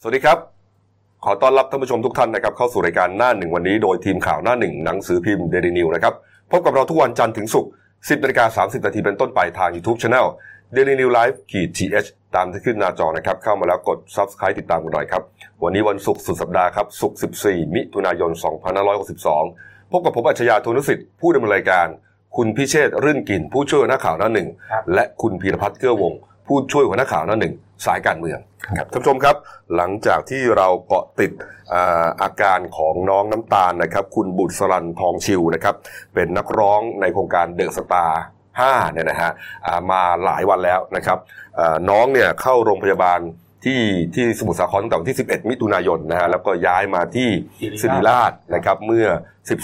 สวัสดีครับขอต้อนรับท่านผู้ชมทุกท่านนะครับเข้าสู่รายการหน้าหนึ่งวันนี้โดยทีมข่าวหน้าหนึ่งหนังสือพิมพ์ Daily News นะครับพบกับเราทุกวันจันทร์ถึงศุกร์ 10:30 น.เป็นต้นไปทาง YouTube Channel Daily News Live-th ตามที่ขึ้นหน้าจอนะครับเข้ามาแล้วกด Subscribe ติดตามกันหน่อยครับวันนี้วันศุกร์สุดสัปดาห์ครับศุกร์14 มิถุนายน 2562พบกับผมอัจฉริยะ โทนุสิทธิ์ผู้ดำเนินรายการคุณพิเชษฐ์รื่นกลิ่นผู้ช่วยหัวหน้าข่าวหน้าหนึ่งและคุณพีรพัฒน์เกื้อวงผู้ช่วยหัวหน้าข่าวหน้าหนึ่งสายการเมืองครับท่านผู้ชมครับหลังจากที่เราเกาะติดอาการของน้องน้ำตาลนะครับคุณบุษรัญทองชิวนะครับเป็นนักร้องในโครงการเดอะสตาร์5เนี่ยนะฮะมาหลายวันแล้วนะครับน้องเนี่ยเข้าโรงพยาบาลที่สมุทรสาครตั้งแต่วันที่11มิถุนายนนะฮะแล้วก็ย้ายมาที่ศิริราชนะครับเมื่อ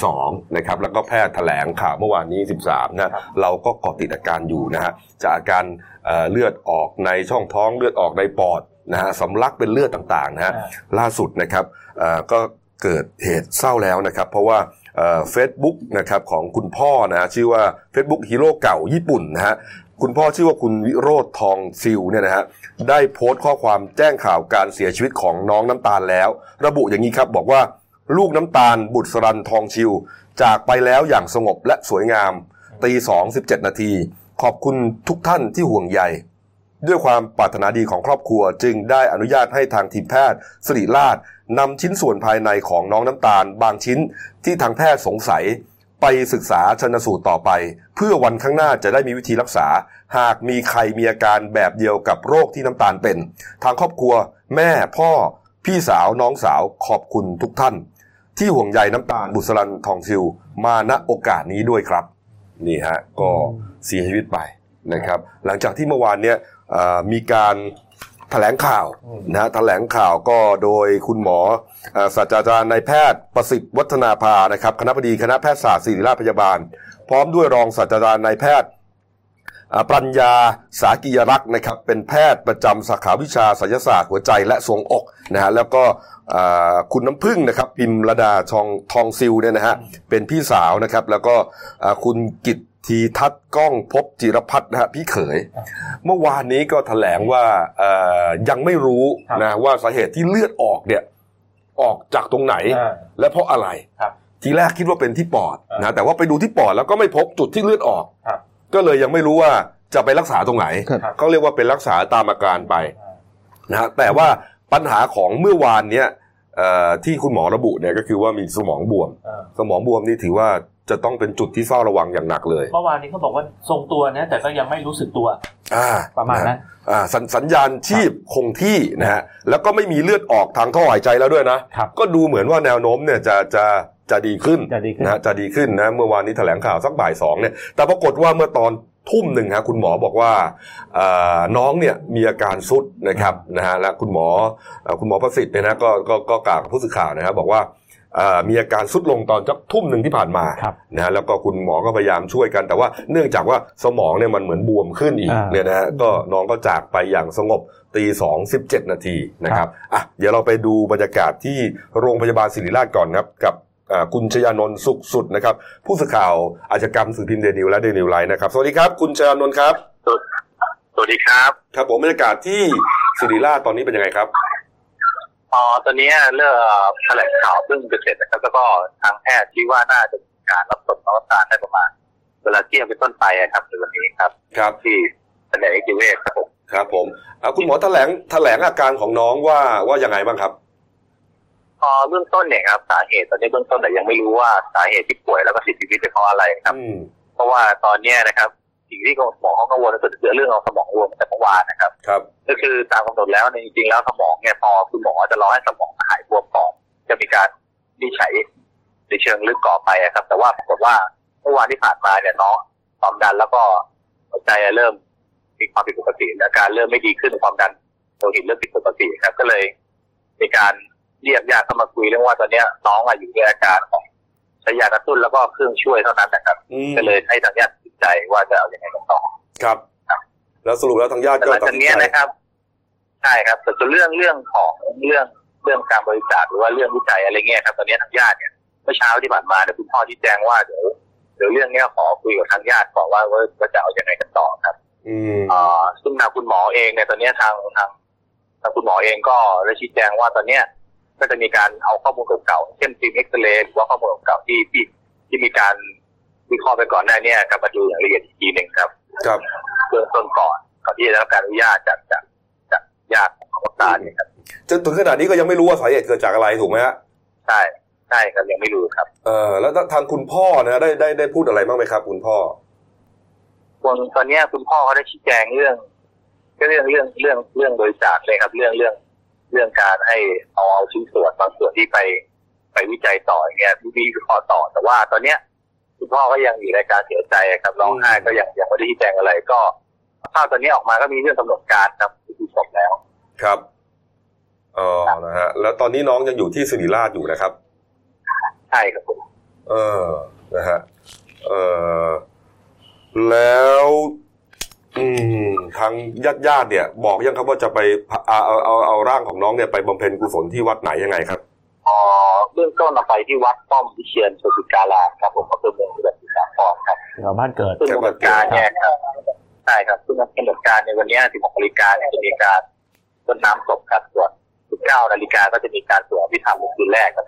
12นะครับแล้วก็แพทย์แถลงข่าวเมื่อวานนี้13นะเราก็เกาะติดอาการอยู่นะฮะจากอาการเลือดออกในช่องท้องเลือดออกในปอดนะฮะสำลักเป็นเลือดต่างๆนะฮะล่าสุดนะครับก็เกิดเหตุเศร้าแล้วนะครับเพราะว่าFacebook นะครับของคุณพ่อนะชื่อว่า Facebook ฮีโร่เก่าญี่ปุ่นนะฮะคุณพ่อชื่อว่าคุณวิโรจน์ทองซิวเนี่ยนะฮะได้โพสต์ข้อความแจ้งข่าวการเสียชีวิตของน้องน้ำตาลแล้วระบุอย่างนี้ครับบอกว่าลูกน้ำตาลบุษรัญทองชิวจากไปแล้วอย่างสงบและสวยงาม 2:17 น.ขอบคุณทุกท่านที่ห่วงใยด้วยความปรารถนาดีของครอบครัวจึงได้อนุญาตให้ทางทีมแพทย์ศิริราชนำชิ้นส่วนภายในของน้องน้ำตาลบางชิ้นที่ทางแพทย์สงสัยไปศึกษาชันสูตรต่อไปเพื่อวันข้างหน้าจะได้มีวิธีรักษาหากมีใครมีอาการแบบเดียวกับโรคที่น้ำตาลเป็นทางครอบครัวแม่พ่อพี่สาวน้องสาวขอบคุณทุกท่านที่ห่วงใยน้ำตาลบุษรัญทองชิวมาณโอกาสนี้ด้วยครับนี่ฮะก็เสียชีวิตไปนะครับหลังจากที่เมื่อวานเนี้ยมีการแถลงข่าวนะแถลงข่าวก็โดยคุณหมอศาสตราจารย์นายแพทย์ประสิทธิ์วัฒนาภานะครับคณบดีคณะแพทยศาสตร์ศิริราชพยาบาลพร้อมด้วยรองศาสตราจารย์นายแพทย์ปรัญญาสากิยรักษ์นะครับเป็นแพทย์ประจำสาขาวิชาศัลยศาสตร์หัวใจและทรวงอกนะฮะแล้วก็คุณน้ำพึ่งนะครับพิมรดาทองซิวเนี่ยนะฮะเป็นพี่สาวนะครับแล้วก็คุณกิตทีทัศน์ก้องภพจิรพัฒน์นะฮะพี่เขยเมื่อวานนี้ก็แถลงว่ายังไม่รู้นะว่าสาเหตุที่เลือดออกเนี่ยออกจากตรงไหนและเพราะอะไรทีแรกคิดว่าเป็นที่ปอดนะแต่ว่าไปดูที่ปอดแล้วก็ไม่พบจุดที่เลือดออกก็เลยยังไม่รู้ว่าจะไปรักษาตรงไหนเขาเรียกว่าเป็นรักษาตามอาการไปนะฮะแต่ว่าปัญหาของเมื่อวานเนี้ยที่คุณหมอระบุเนี่ยก็คือว่ามีสมองบวมนี่ถือว่าจะต้องเป็นจุดที่เฝ้าระวังอย่างหนักเลยเมื่อวานนี้เขาบอกว่าทรงตัวนะแต่ก็ยังไม่รู้สึกตัวประมาณนั้นสัญญาณชีพคงที่นะฮะแล้วก็ไม่มีเลือดออกทางท่อหายใจแล้วด้วยนะก็ดูเหมือนว่าแนวโน้มเนี่ยจะดีขึ้นนะจะดีขึ้นนะเมื่อวานนี้แถลงข่าวสักบ่าย 2เนี่ยแต่ปรากฏว่าเมื่อตอนทุ่มหนึ่งฮะคุณหมอบอกว่าน้องเนี่ยมีอาการทรุดนะครับนะฮะและคุณหมอประสิทธิ์เนี่ยนะก็กล่าวกับผู้สื่อข่าวนะครับบอกว่ามีอาการทรุดลงตอนทุ่มหนึ่งที่ผ่านมานะฮะแล้วก็คุณหมอก็พยายามช่วยกันแต่ว่าเนื่องจากว่าสมองเนี่ยมันเหมือนบวมขึ้นอีกเนี่ยนะฮะก็น้องก็จากไปอย่างสงบ 2:17 น.นะครับเดี๋ยวเราไปดูบรรยากาศที่โรงพยาบาลศิริราชก่อนครับกับคุณชยานนท์สุขสุดนะครับผู้สื่อข่าวอาชญากรรมสื่อพิมพ์เดนิวและเดนิวไลฟ์นะครับสวัสดีครับคุณชยานนท์ครับสวัสดีครับครับผมบรรยากาศที่ศิริราชตอนนี้เป็นยังไงครับตอนนี้เรื่องแถลงข่าวเพิ่งเสร็จนะครับแล้วก็ทางแพทย์ชี้ว่าน่าจะมีการรับศพน้องน้ำตาลได้ประมาณเวลาเที่ยงเป็นต้นไปครับในวันนี้ครับที่แผนกนิติเวชครับผมคุณหมอแถลงอาการของน้องว่ายังไงบ้างครับเบื้องต้นเนี่ยครับสาเหตุตอนนี้เบื้องต้นแต่ยังไม่รู้ว่าสาเหตุที่ป่วยแล้วก็เสียชีวิตเป็นเพราะอะไรครับเพราะว่าตอนนี้นะครับสิ่งที่หมอเขากังวลก็คือเรื่องของสมองบวมแต่เมื่อวานนะครับก็คือตามกำหนดแล้วจริงๆแล้วสมองเนี่ยพอคุณหมอจะรอให้สมองหายบวมก่อนจะมีการวินิจฉัยในเชิงลึกต่อไปครับแต่ว่าปรากฏว่าเมื่อวานที่ผ่านมาเนี่ยน้องความดันแล้วก็หัวใจเริ่มมีความผิดปกติอาการเริ่มไม่ดีขึ้นความดันโลหิตเริ่มผิดปกติครับก็เลยมีการเรียกญาติเข้ามาคุยเรื่องว่าตอนนี้น้องอยู่ในอาการของใช้ยากระตุ้นแล้วก็เครื่องช่วยเท่านั้นนะครับก็เลยให้ทางญาติตัดสินใจว่าจะเอาอย่างไรต่อครับแล้วสรุปแล้วทางญาติก็ตัดสินใจนะครับใช่ครับแต่เรื่องของเรื่องการบริจาคหรือว่าเรื่องวิจัยอะไรเงี้ยครับตอนนี้ทางญาติเนี่ยเมื่อเช้าที่ผ่านมาเนี่ยคุณพ่อชี้แจงว่าเดี๋ยวเรื่องนี้ขอคุยกับทางญาติก่อนว่าจะเอาอย่างไรกันต่อครับซึ่งทางคุณหมอเองเนี่ยตอนนี้ทางทางคุณหมอเองก็ได้ชี้แจงว่าตอนเนี้ยก็จะมีการเอาข้อมูลเก่าๆเช่นฟิล์มเอ็กซเรย์หรือว่าข้อมูลเก่าๆที่มีการวิเคราะห์ไปก่อนหน้านี้กลับมาดูอย่างละเอียดอีกทีหนึ่งครับเบื้องต้นก่อนที่จะได้รับการอนุญาตจากญาติของน้ำตาลเนี่ยครับจนถึงขนาดนี้ก็ยังไม่รู้ว่าสาเหตุเกิดจากอะไรถูกไหมฮะใช่ครับยังไม่รู้ครับแล้วทางคุณพ่อนะได้พูดอะไรบ้างไหมครับคุณพ่อตอนนี้คุณพ่อเขาได้ชี้แจงเรื่องบริจาคเลยครับเรื่องการให้เอาชิ้นส่วนบางส่วนที่ไปวิจัยต่ออย่างเงี้ยวิเคราะห์ต่อแต่ว่าตอนเนี้ยคุณพ่อก็ยังอยู่ในการเสียใจครับร้องไห้ก็ยังไม่ได้ชี้แจงอะไรก็ภาพตอนนี้ออกมาก็มีเรื่องกำหนดการครับที่จบแล้วครับนะฮะแล้วตอนนี้น้องยังอยู่ที่ศิริราชอยู่นะครับใช่ครับผมนะฮะแล้วทางญาติเนี่ยบอกยังครับว่าจะไปเอาร่างของน้องเนี่ยไปบำเพ็ญกุศลที่วัดไหนยังไงครับเบื้องต้นเราไปที่วัดป้อมวิเชียรโชติการามครับผมอำเภอเมืองจังหวัดสมุทรสาครครับเราบ้านเกิดซึ่งกำหนดการเนี่ยครับใช่ครับซึ่งกำหนดการในวันนี้ 16:00 นจะมีการรดน้ำศพกันส่วน 19:00 นก็จะมีการสวดอภิธรรมคืนแรกครับ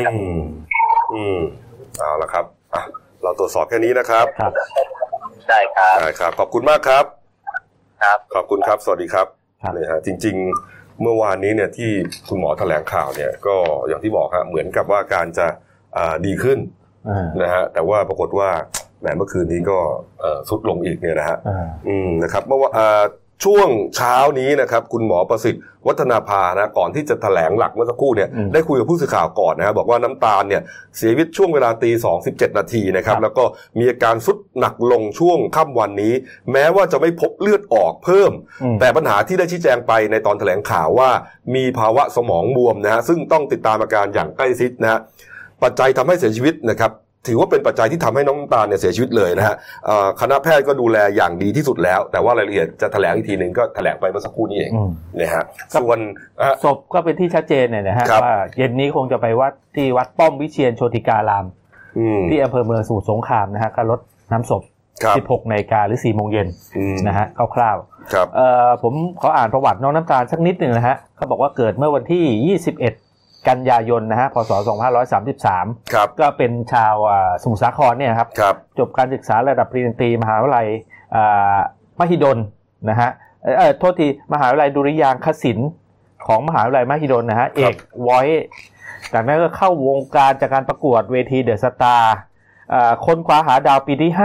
เอาละครับเราตรวจสอบแค่นี้นะครับได้ครับได้ครับขอบคุณมากครับครับขอบคุณครับสวัสดีครับนี่ฮะจริงๆเมื่อวานนี้เนี่ยที่คุณหมอแถลงข่าวเนี่ยก็อย่างที่บอกครับเหมือนกับว่าการจะดีขึ้นนะฮะแต่ว่าปรากฏว่าแหมเมื่อคืนนี้ก็ทรุดลงอีกเนี่ยนะฮะนะครับเมื่อช่วงเช้านี้นะครับคุณหมอประสิทธิ์วัฒนาภานะก่อนที่จะแถลงหลักเมื่อสักครู่เนี่ยได้คุยกับผู้สื่อข่าวก่อนนะครับบอกว่าน้ำตาลเนี่ยเสียชีวิตช่วงเวลา 2:17 นาทีนะครับแล้วก็มีอาการทรุดหนักลงช่วงค่ำวันนี้แม้ว่าจะไม่พบเลือดออกเพิ่มแต่ปัญหาที่ได้ชี้แจงไปในตอนแถลงข่าวว่ามีภาวะสมองบวมนะฮะซึ่งต้องติดตามอาการอย่างใกล้ชิดนะฮะปัจจัยทำให้เสียชีวิตนะครับถือว่าเป็นปัจจัยที่ทำให้น้องน้ำตาลเนี่ยเสียชีวิตเลยนะฮะคณะแพทย์ก็ดูแลอย่างดีที่สุดแล้วแต่ว่ารายละเอียดจะแถลงอีกทีนึงก็แถลงไปเมื่อสักครู่นี้เองนะฮะส่วนศพก็เป็นที่ชัดเจนเนี่ยนะฮะว่าเย็นนี้คงจะไปวัดที่วัดป้อมวิเชียรโชติการามที่อำเภอเมืองสมุทรสงครามนะฮะก็รดน้ำศพ 16:00 นหรือ 4:00 นนะฮะคร่าวๆผมขออ่านประวัติน้องน้ำตาลสักนิดนึงนะฮะเขาบอกว่าเกิดเมื่อวันที่21กันยายนนะฮะพศ2533ก็เป็นชาวสมุทรสาครเนี่ยครับจบการศึกษาระดับปริญญาตรีมหาวิทยาลัยมหิดลนะฮะโทษทีมหาวิทยาลัยดุริยางคศิลป์ของมหาวิทยาลัยมหิดลนะฮะเอกวอยจากนั้นก็เข้าวงการจากการประกวดเวทีเดอะสตาร์ค้นคว้าหาดาวปีที่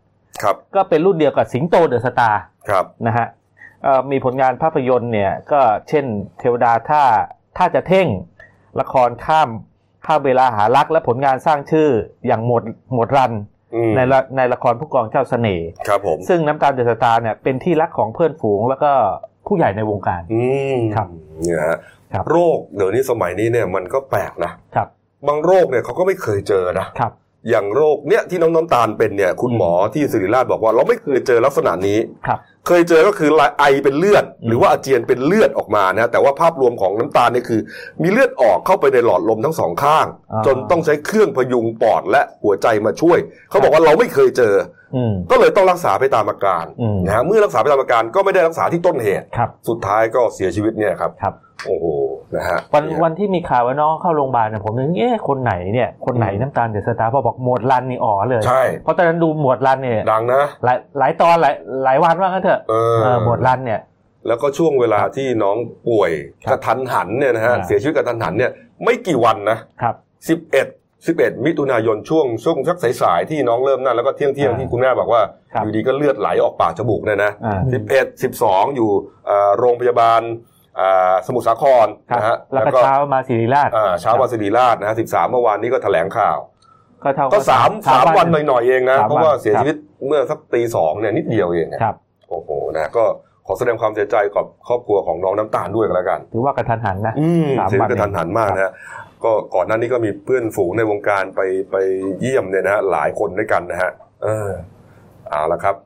5ก็เป็นรุ่นเดียวกับสิงโตเดอะสตาร์นะฮะมีผลงานภาพยนตร์เนี่ยก็เช่นเทวดาถ้าจะเท่งละครข้ามเวลาหารักและผลงานสร้างชื่ออย่างหมดรันในละครผู้กองเจ้าเสน่ห์ครับผมซึ่งน้ำตาลเดอะสตาร์เนี่ยเป็นที่รักของเพื่อนฝูงแล้วก็ผู้ใหญ่ในวงการครับเนี่ยฮะโรคเดี๋ยวนี้สมัยนี้เนี่ยมันก็แปลกนะครับบางโรคเนี่ยเขาก็ไม่เคยเจอนะครับอย่างโรคเนี่ยที่น้องน้ำตาลเป็นเนี่ยคุณหมอที่ศิริราชบอกว่าเราไม่เคยเจอลักษณะนี้เคยเจอก็คือไอเป็นเลือดหรือว่าอาเจียนเป็นเลือดออกมานะแต่ว่าภาพรวมของน้ำตาลนี่คือมีเลือดออกเข้าไปในหลอดลมทั้งสองข้างจนต้องใช้เครื่องพยุงปอดและหัวใจมาช่วยเขาบอกว่าเราไม่เคยเจอก็เลยต้องรักษาไปตามอาการนะฮะเมื่อรักษาไปตามอาการก็ไม่ได้รักษาที่ต้นเหตุสุดท้ายก็เสียชีวิตเนี่ยครับโอ้โหนะฮะวันที่มีข่าวว่าน้องเข้าโรงพยาบาลเนี่ยผมนึกคนไหนน้ำตาลเดอะสตาร์พอบอกหมวดรันนี่อ๋อเลยใช่เพราะตอนนั้นดูหมวดรันเนี่ยดังนะหลายตอนหลายวันว่างั้นเถอะหมวดรันเนี่ยแล้วก็ช่วงเวลาที่น้องป่วยกระทันหันเนี่ยนะฮะเสียชีวิตกระทันหันเนี่ยไม่กี่วันนะครับ11มิถุนายนช่วงสักสายๆที่น้องเริ่มนั่นแล้วก็เที่ยงที่คุณแม่บอกว่าอยู่ดีก็เลือดไหลออกปากจมูกเนี่ยนะ11 12อยู่โรงพยาบาลสมุทรสาครนะฮะแล้วก็เช้ามาศิริราชเช้ามาศิริราชนะ13เมื่อวานนี้ก็แถลงข่าวก็3วันหน่อยๆเองนะเพราะว่าเสียชีวิตเมื่อสัก 2:00 เนี่ยนิดเดียวเองครับโอ้โหนะก็ขอแสดงความเสียใจกับครอบครัวของน้องน้ำตาลด้วยกันแล้วกันถือว่ากระทันหันนะเสียกระทันหันมากนะก็ก่อนหน้านี้ก็มีเพื่อนฝูงในวงการไปเยี่ยมเนี่ยนะฮะหลายคนด้วยกันนะฮะเอาละครับ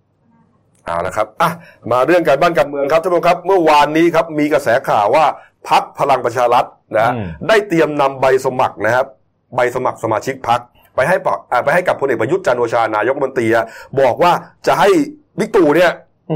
มาเรื่องการบ้านการเมืองครับท่านผู้ชมครับเมื่อวานนี้ครับมีกระแสข่าวว่าพรรคพลังประชารัฐนะได้เตรียมนำใบสมัครนะครับใบสมัครสมาชิกพรรคไปให้กับพลเอกประยุทธ์จันทร์โอชานายกรัฐมนตรีบอกว่าจะให้บิ๊กตู่เนี่ย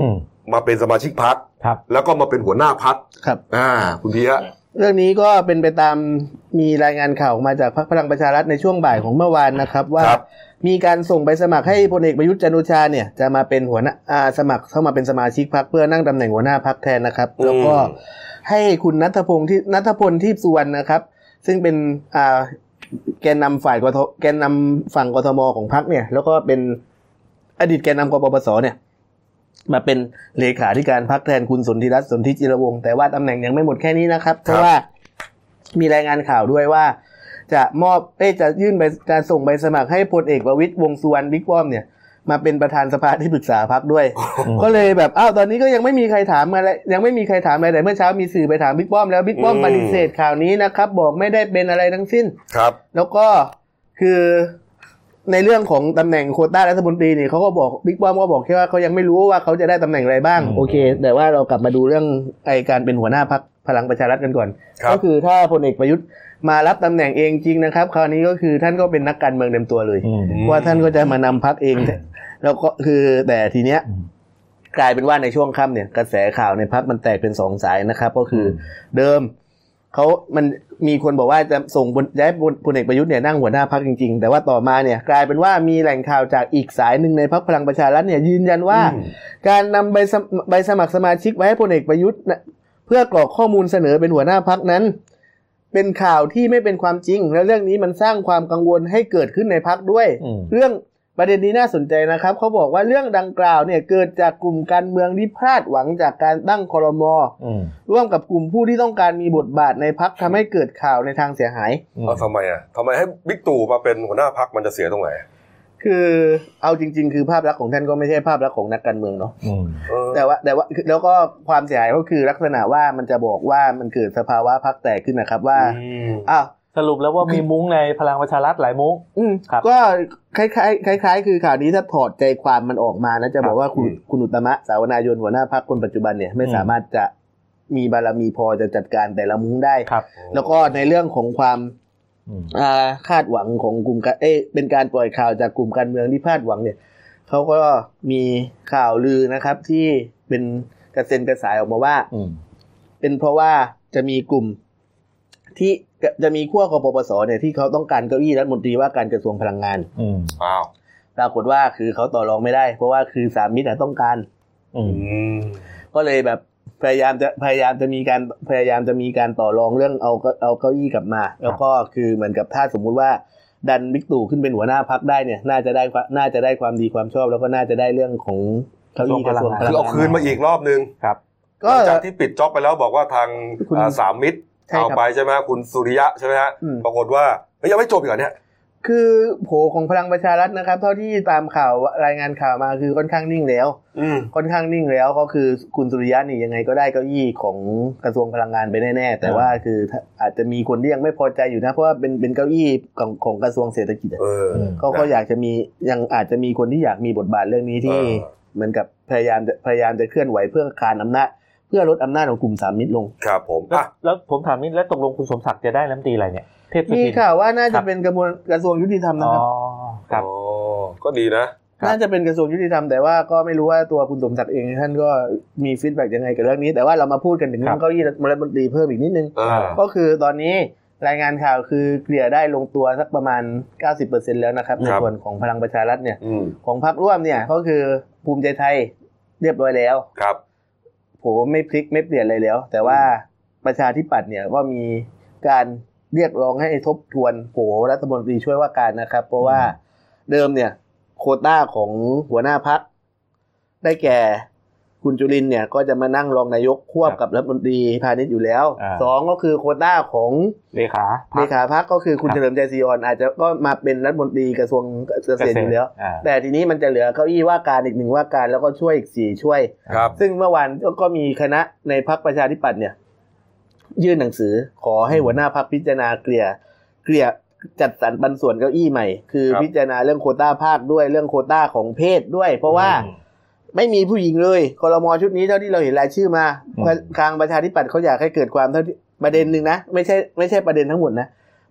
มาเป็นสมาชิกพรรคแล้วก็มาเป็นหัวหน้าพรรคครับคุณพี่ฮะเรื่องนี้ก็เป็นไปตามมีรายงานข่าวมาจากพรรคพลังประชารัฐในช่วงบ่ายของเมื่อวานนะครับว่ามีการส่งใบสมัครให้พลเอกประยุทธ์จันทร์โอชาเนี่ยจะมาเป็นหัวหน้าสมัครเข้ามาเป็นสมาชิกพรรคเพื่อนั่งตำแหน่งหัวหน้าพรรคแทนนะครับแล้วก็ให้คุณณัฐพลทิพย์สุวรรณนะครับซึ่งเป็นแกนนำแกนนำฝั่งกทมของพรรคเนี่ยแล้วก็เป็นอดีตแกนนำกปปสเนี่ยมาเป็นเลขาธิการพรรคแทนคุณสนธิรัตน์สนธิจิรวงศ์แต่ว่าตำแหน่งยังไม่หมดแค่นี้นะครับเพราะว่ามีรายงานข่าวด้วยว่าจะจะยื่นการส่งใบสมัครให้พลเอกประวิตรวงษ์สุวรรณบิ๊กป้อมเนี่ยมาเป็นประธานสภาที่ปรึกษาพรรคด้วยก็เลยแบบตอนนี้ก็ยังไม่มีใครถามอะไรยังไม่มีใครถามอะไรแต่เมื่อเช้ามีสื่อไปถามบิ๊กป้อมแล้วบิ๊กป้อมปฏิเสธข่าวนี้นะครับบอกไม่ได้เป็นอะไรทั้งสิ้นครับแล้วก็คือในเรื่องของตำแหน่งโควต้ารัฐมนตรีนี่เขาก็บอกบิ๊กป้อมก็บอกแค่ว่าเขายังไม่รู้ว่าเขาจะได้ตำแหน่งอะไรบ้างโอเคแต่ว่าเรากลับมาดูเรื่องการเป็นหัวหน้าพรรคพลังประชารัฐกันก่อนก็คือถ้าพลเอกประยุทธ์มารับตำแหน่งเองจริงนะครับคราวนี้ก็คือท่านก็เป็นนักการเมืองเต็มตัวเลยว่าท่านก็จะมานำพรรคเองแล้วก็คือแต่ทีเนี้ยกลายเป็นว่าในช่วงค่ำเนี่ยกระแสข่าวในพรรคมันแตกเป็น2สายนะครับก็คือเดิมมันมีคนบอกว่าจะส่งย้ายพลเอกประยุทธ์เนี่ยนั่งหัวหน้าพรรคจริงๆแต่ว่าต่อมาเนี่ยกลายเป็นว่ามีแหล่งข่าวจากอีกสายนึงในพรรคพลังประชารัฐเนี่ยยืนยันว่าการนำใบสมัครสมาชิกไว้ให้พลเอกประยุทธ์เพื่อกรอกข้อมูลเสนอเป็นหัวหน้าพรรคนั้นเป็นข่าวที่ไม่เป็นความจริงแล้วเรื่องนี้มันสร้างความกังวลให้เกิดขึ้นในพรรคด้วยเรื่องประเด็นนี้น่าสนใจนะครับเขาบอกว่าเรื่องดังกล่าวเนี่ยเกิดจากกลุ่มการเมืองที่พลาดหวังจากการตั้งครม.ร่วมกับกลุ่มผู้ที่ต้องการมีบทบาทในพรรคทำให้เกิดข่าวในทางเสียหายทำไมให้บิ๊กตู่มาเป็นหัวหน้าพรรคมันจะเสียตรงไหนคือเอาจริงๆคือภาพลักษณ์ของท่านก็ไม่ใช่ภาพลักษณ์ของนักการเมืองเนาะแต่ว่าแล้วก็ความเสียหายก็คือลักษณะว่ามันจะบอกว่ามันเกิดสภาวะพรรคแตกขึ้นนะครับว่าสรุปแล้วว่ามีมุ้งในพลังประชารัฐหลายมุ้งครับก็คล้ายๆคือข่าวนี้ถ้าถอดใจความมันออกมานะจะบอกว่าคุณอุตตมะสาวนายนหัวหน้าพรรคคนปัจจุบันเนี่ยไม่สามารถจะมีบารมีพอจะจัดการแต่ละมุ้งได้แล้วก็ในเรื่องของความคาดหวังของกลุ่มเป็นการปล่อยข่าวจากกลุ่มการเมืองที่คาดหวังเนี่ยเขาก็มีข่าวลือนะครับที่เป็นกระเซ็นกระสายออกมาว่าเป็นเพราะว่าจะมีกลุ่มที่จะมีขั้วกปปสเนี่ยที่เขาต้องการเก้าอี้รัฐมนตรีว่าการกระทรวงพลังงานปรากฏว่าคือเขาต่อรองไม่ได้เพราะว่าคือสามมิตรต้องการก็เลยแบบพยายามจะมีการต่อรองเรื่องเอาเก้าอี้กลับมาแล้วก็คือเหมือนกับถ้าสมมุติว่าดันบิ๊กตู่ขึ้นเป็นหัวหน้าพรรคได้เนี่ยน่าจะได้ความดีความชอบแล้วก็น่าจะได้เรื่องของเก้าอี้กระทรวงพลังงานคือเอาคืนมาอีกรอบนึงครับก็จากที่ปิดจ็อบไปแล้วบอกว่าทางสามมิตรเอาไปใช่ไหมคุณสุริยะใช่ไหมฮะปรากฏว่ายังไม่จบอีกเหรอเนี่ยคือโผของพลังประชารัฐนะครับเท่าที่ตามข่าวรายงานข่าวมาคือค่อนข้างนิ่งแล้วก็คือคุณสุริยะนี่ยังไงก็ได้เก้าอี้ของกระทรวงพลังงานไปแน่ๆแต่ว่าคืออาจจะมีคนที่ยังไม่พอใจอยู่นะเพราะว่าเป็นเก้าอี้ของกระทรวงเศรษฐกิจก็อยากจะมียังอาจจะมีคนที่อยากมีบทบาทเรื่องนี้ที่เหมือนกับพยายามจะเคลื่อนไหวเพื่อคานอำนาจเพื่อลดอำนาจของกลุ่มสามมิตรลงครับผมแล้วผมถามนิดแล้วตกลงคุณสมศักดิ์จะได้รัฐมนตรีอะไรเนี่ยมีข่าวว่าน่าจะเป็นกระทรวงยุติธรรมนะครับครับก็ดีนะน่าจะเป็นกระทรวงยุติธรรมแต่ว่าก็ไม่รู้ว่าตัวคุณสมศักดิ์เองท่านก็มีฟีดแบ็กยังไงกับเรื่องนี้แต่ว่าเรามาพูดกันถึงเรื่องเก้าอี้รัฐมนตรีเพิ่มอีกนิดนึงก็คือตอนนี้รายงานข่าวคือเกลี่ยได้ลงตัวสักประมาณ 90% แล้วนะครับในส่วนของพลังประชารัฐเนี่ยของพรรคร่วมเนี่ยก็คือภูมิใจไทยเรียบร้อยแล้วครับผมไม่พลิกไม่เปลี่ยนอะไรแล้วแต่ว่าประชาธิปัตย์เนี่ยก็มีการเรียกร้องให้ทบทวนโผรัฐมนตรีช่วยว่าการนะครับเพราะว่าเดิมเนี่ยโควต้าของหัวหน้าพรรคได้แก่คุณจุรินทร์เนี่ยก็จะมานั่งรองนายกควบกับรัฐมนตรีพาณิชย์อยู่แล้ว2ก็คือโควต้าของเลขาพรรคก็คือคุณเฉลิมชัยศรีอ่อนอาจจะก็มาเป็นรัฐมนตรีกระทรวงเกษตรอยู่แล้วแต่ทีนี้มันจะเหลือเก้าอี้ว่าการอีก1ว่าการแล้วก็ช่วยอีก4ช่วยซึ่งเมื่อวานก็มีคณะในพรรคประชาธิปัตย์เนี่ยยื่นหนังสือขอให้หัวหน้าพรรคพิจารณาเกลี่ยจัดสรรปันส่วนเก้าอี้ใหม่คือพิจารณาเรื่องโควต้าภาคด้วยเรื่องโควต้าของเพศด้วยเพราะว่าไม่มีผู้หญิงเลยครม.ชุดนี้เท่าที่เราเห็นรายชื่อมาทางประชาธิปัตย์เขาอยากให้เกิดความเท่าที่ประเด็นนึงนะไม่ใช่ประเด็นทั้งหมดนะ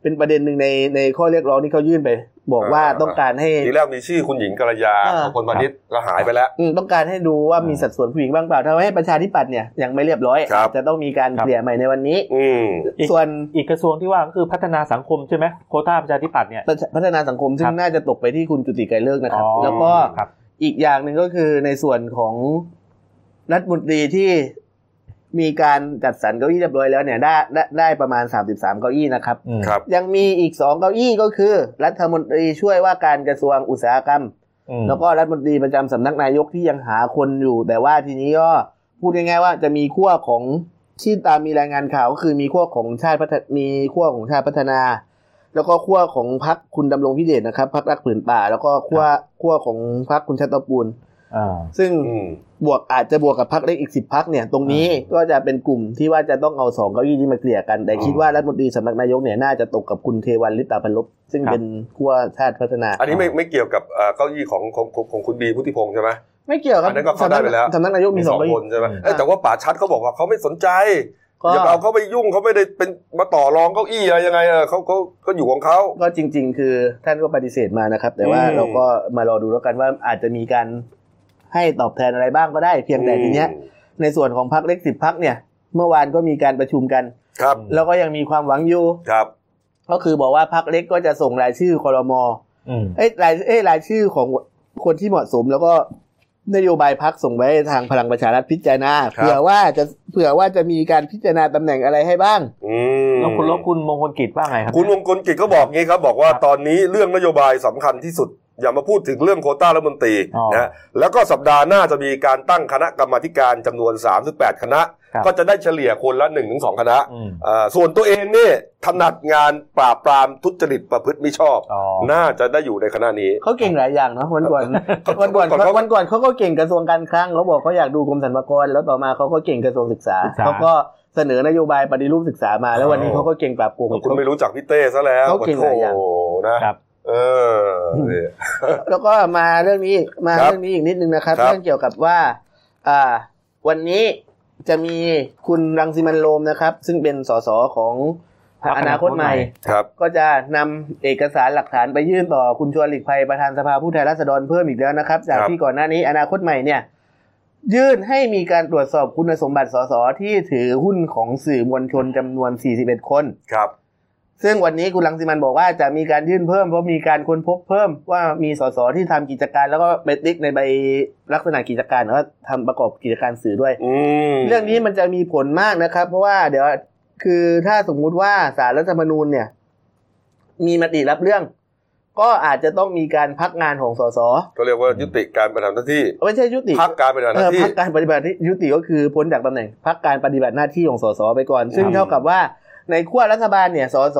เป็นประเด็นหนึ่งในข้อเรียกร้องที่เขายื่นไปบอกว่าต้องการให้ทีแรกมีชื่อคุณหญิงกัลยาคนพาณิชย์ก็หายไปแล้วต้องการให้ดูว่ามีสัดส่วนผู้หญิงบ้างเปล่าทำให้ประชาธิปัตย์เนี่ยยังไม่เรียบร้อยจะต้องมีการเกลี่ยใหม่ในวันนี้ส่วนอีกกระทรวงที่ว่าก็คือพัฒนาสังคมใช่ไหมโควต้าประชาธิปัตย์เนี่ยพัฒนาสังคมซึ่งน่าจะตกไปที่คุณจุติไกรฤกษ์นะครับแล้วก็อีกอย่างหนึ่งก็คือในส่วนของรัฐมนตรีที่มีการจัดสรรเก้าอี้เรียบร้อยแล้วเนี่ยได้ประมาณ33เก้าอี้นะครับยังมีอีก2เก้าอี้ก็คือรัฐมนตรีช่วยว่าการกระทรวงอุตสาหกรรมแล้วก็รัฐมนตรีประจำสำนักนายกที่ยังหาคนอยู่แต่ว่าทีนี้ก็พูดง่ายๆว่าจะมีขั้วของที่ตามมีรายงานข่าวก็คือมีขั้วของชาติพัฒนาแล้วก็ขั้วของพรรคคุณดำรงพิเดชนะครับพรรครักผืนป่าแล้วก็ขั้วของพรรคคุณชัตรปูลซึ่งอาจจะบวกกับพรรคเล็กอีก10พรรคเนี่ยตรงนี้ก็จะเป็นกลุ่มที่ว่าจะต้องเอา2เก้าอี้นี้มาเกลี่ยกันแต่คิดว่ารัฐมนตรีสำนักนายกเนี่ยน่าจะตกกับคุณเทวันลิปตาพันลบซึ่งเป็นขั้วชาติพัฒนาอันนี้ไม่เกี่ยวกับเก้าอี้ของคุณบีพุทธิพงษ์ใช่ไหมไม่เกี่ยวครับอันนั้นก็เข้าได้ไปแล้วสำนักนายกมี2 คนใช่ไหมแต่ว่าป่าชัดเขาบอกว่าเขาไม่สนใจอย่าเอาเขาไปยุ่งเขาไม่ได้เป็นมาต่อรองเก้าอี้อะไรยังไงเขาอยู่ของเขาก็จริงๆคือท่านก็ปฏิเสธมานะครับแต่ว่าเราก็มารอดูแล้วกันว่าอาจจะมีการให้ตอบแทนอะไรบ้างก็ได้เพียงแต่ทีเนี้ยในส่วนของพรรคเล็ก10พรรคเนี่ยเมื่อวานก็มีการประชุมกันครับแล้วก็ยังมีความหวังอยู่ครับก็คือบอกว่าพรรคเล็กก็จะส่งรายชื่อครม.รายชื่อของคนที่เหมาะสมแล้วก็นโยบายพรรคส่งไว้ทางพลังประชารัฐพิจารณาเผื่อว่าจะมีการพิจารณาตำแหน่งอะไรให้บ้างแล้วคุณมงคลกิจว่าไงครับคุณมงคลกิจก็บอกงี้ครับบอกว่าตอนนี้เรื่องนโยบายสำคัญที่สุดอย่ามาพูดถึงเรื่องโควต้ารัฐมนตรีนะแล้วก็สัปดาห์หน้าจะมีการตั้งคณะกรรมาธิการจำนวน38คณะก็จะได้เฉลี่ยคนละ 1-2 คณะส่วนตัวเองนี่ถนัดงานปราบปรามทุจริตประพฤติมิชอบน่าจะได้อยู่ในคณะนี้เขาเก่งหลายอย่างเนาะวันก่อนเขาก็เก่งกระทรวงการคลังเขาบอกเขาอยากดูกรมสรรพากรแล้วต่อมาเขาก็เก่งกระทรวงศึกษาเขาก็เสนอนโยบายปฏิรูปศึกษามาแล้ววันนี้เขาก็เก่งปราบโกงคุณไม่รู้จักพี่เต้ซะแล้วเขาเก่งหลายอย่างนะครับแล้วก็มาเรื่องนี้อีกนิดนึงนะครับเรื่องเกี่ยวกับว่าวันนี้จะมีคุณรังสิมันต์โรมนะครับซึ่งเป็นสสของอนาคตใหม่ก็จะนำเอกสารหลักฐานไปยื่นต่อคุณชวนหลีกภัยประธานสภาผู้แทนราษฎรเพิ่มอีกแล้วนะครับจากที่ก่อนหน้านี้อนาคตใหม่เนี่ยยื่นให้มีการตรวจสอบคุณสมบัติสสที่ถือหุ้นของสื่อมวลชนจำนวน41คนครับซึ่งวันนี้คุณรังสิมันต์บอกว่าจะมีการยื่นเพิ่มเพราะมีการค้นพบเพิ่มว่ามีสสที่ทำกิจการแล้วก็ไปติ๊กในใบลักษณะกิจการแล้วก็ทำประกอบกิจการสื่อด้วยเรื่องนี้มันจะมีผลมากนะครับเพราะว่าเดี๋ยวคือถ้าสมมุติว่าศาลรัฐธรรมนูญเนี่ยมีมติรับเรื่องก็อาจจะต้องมีการพักงานของสสก็เรียกว่ายุติการปฏิบัติหน้าที่ไม่ใช่ยุติพักการปฏิบัติหน้าที่พักการปฏิบัติยุติก็คือพ้นจากตำแหน่งพักการปฏิบัติหน้าที่ของสสไปก่อนซึ่งเท่ากับว่าในขั้วรัฐบาลเนี่ยสส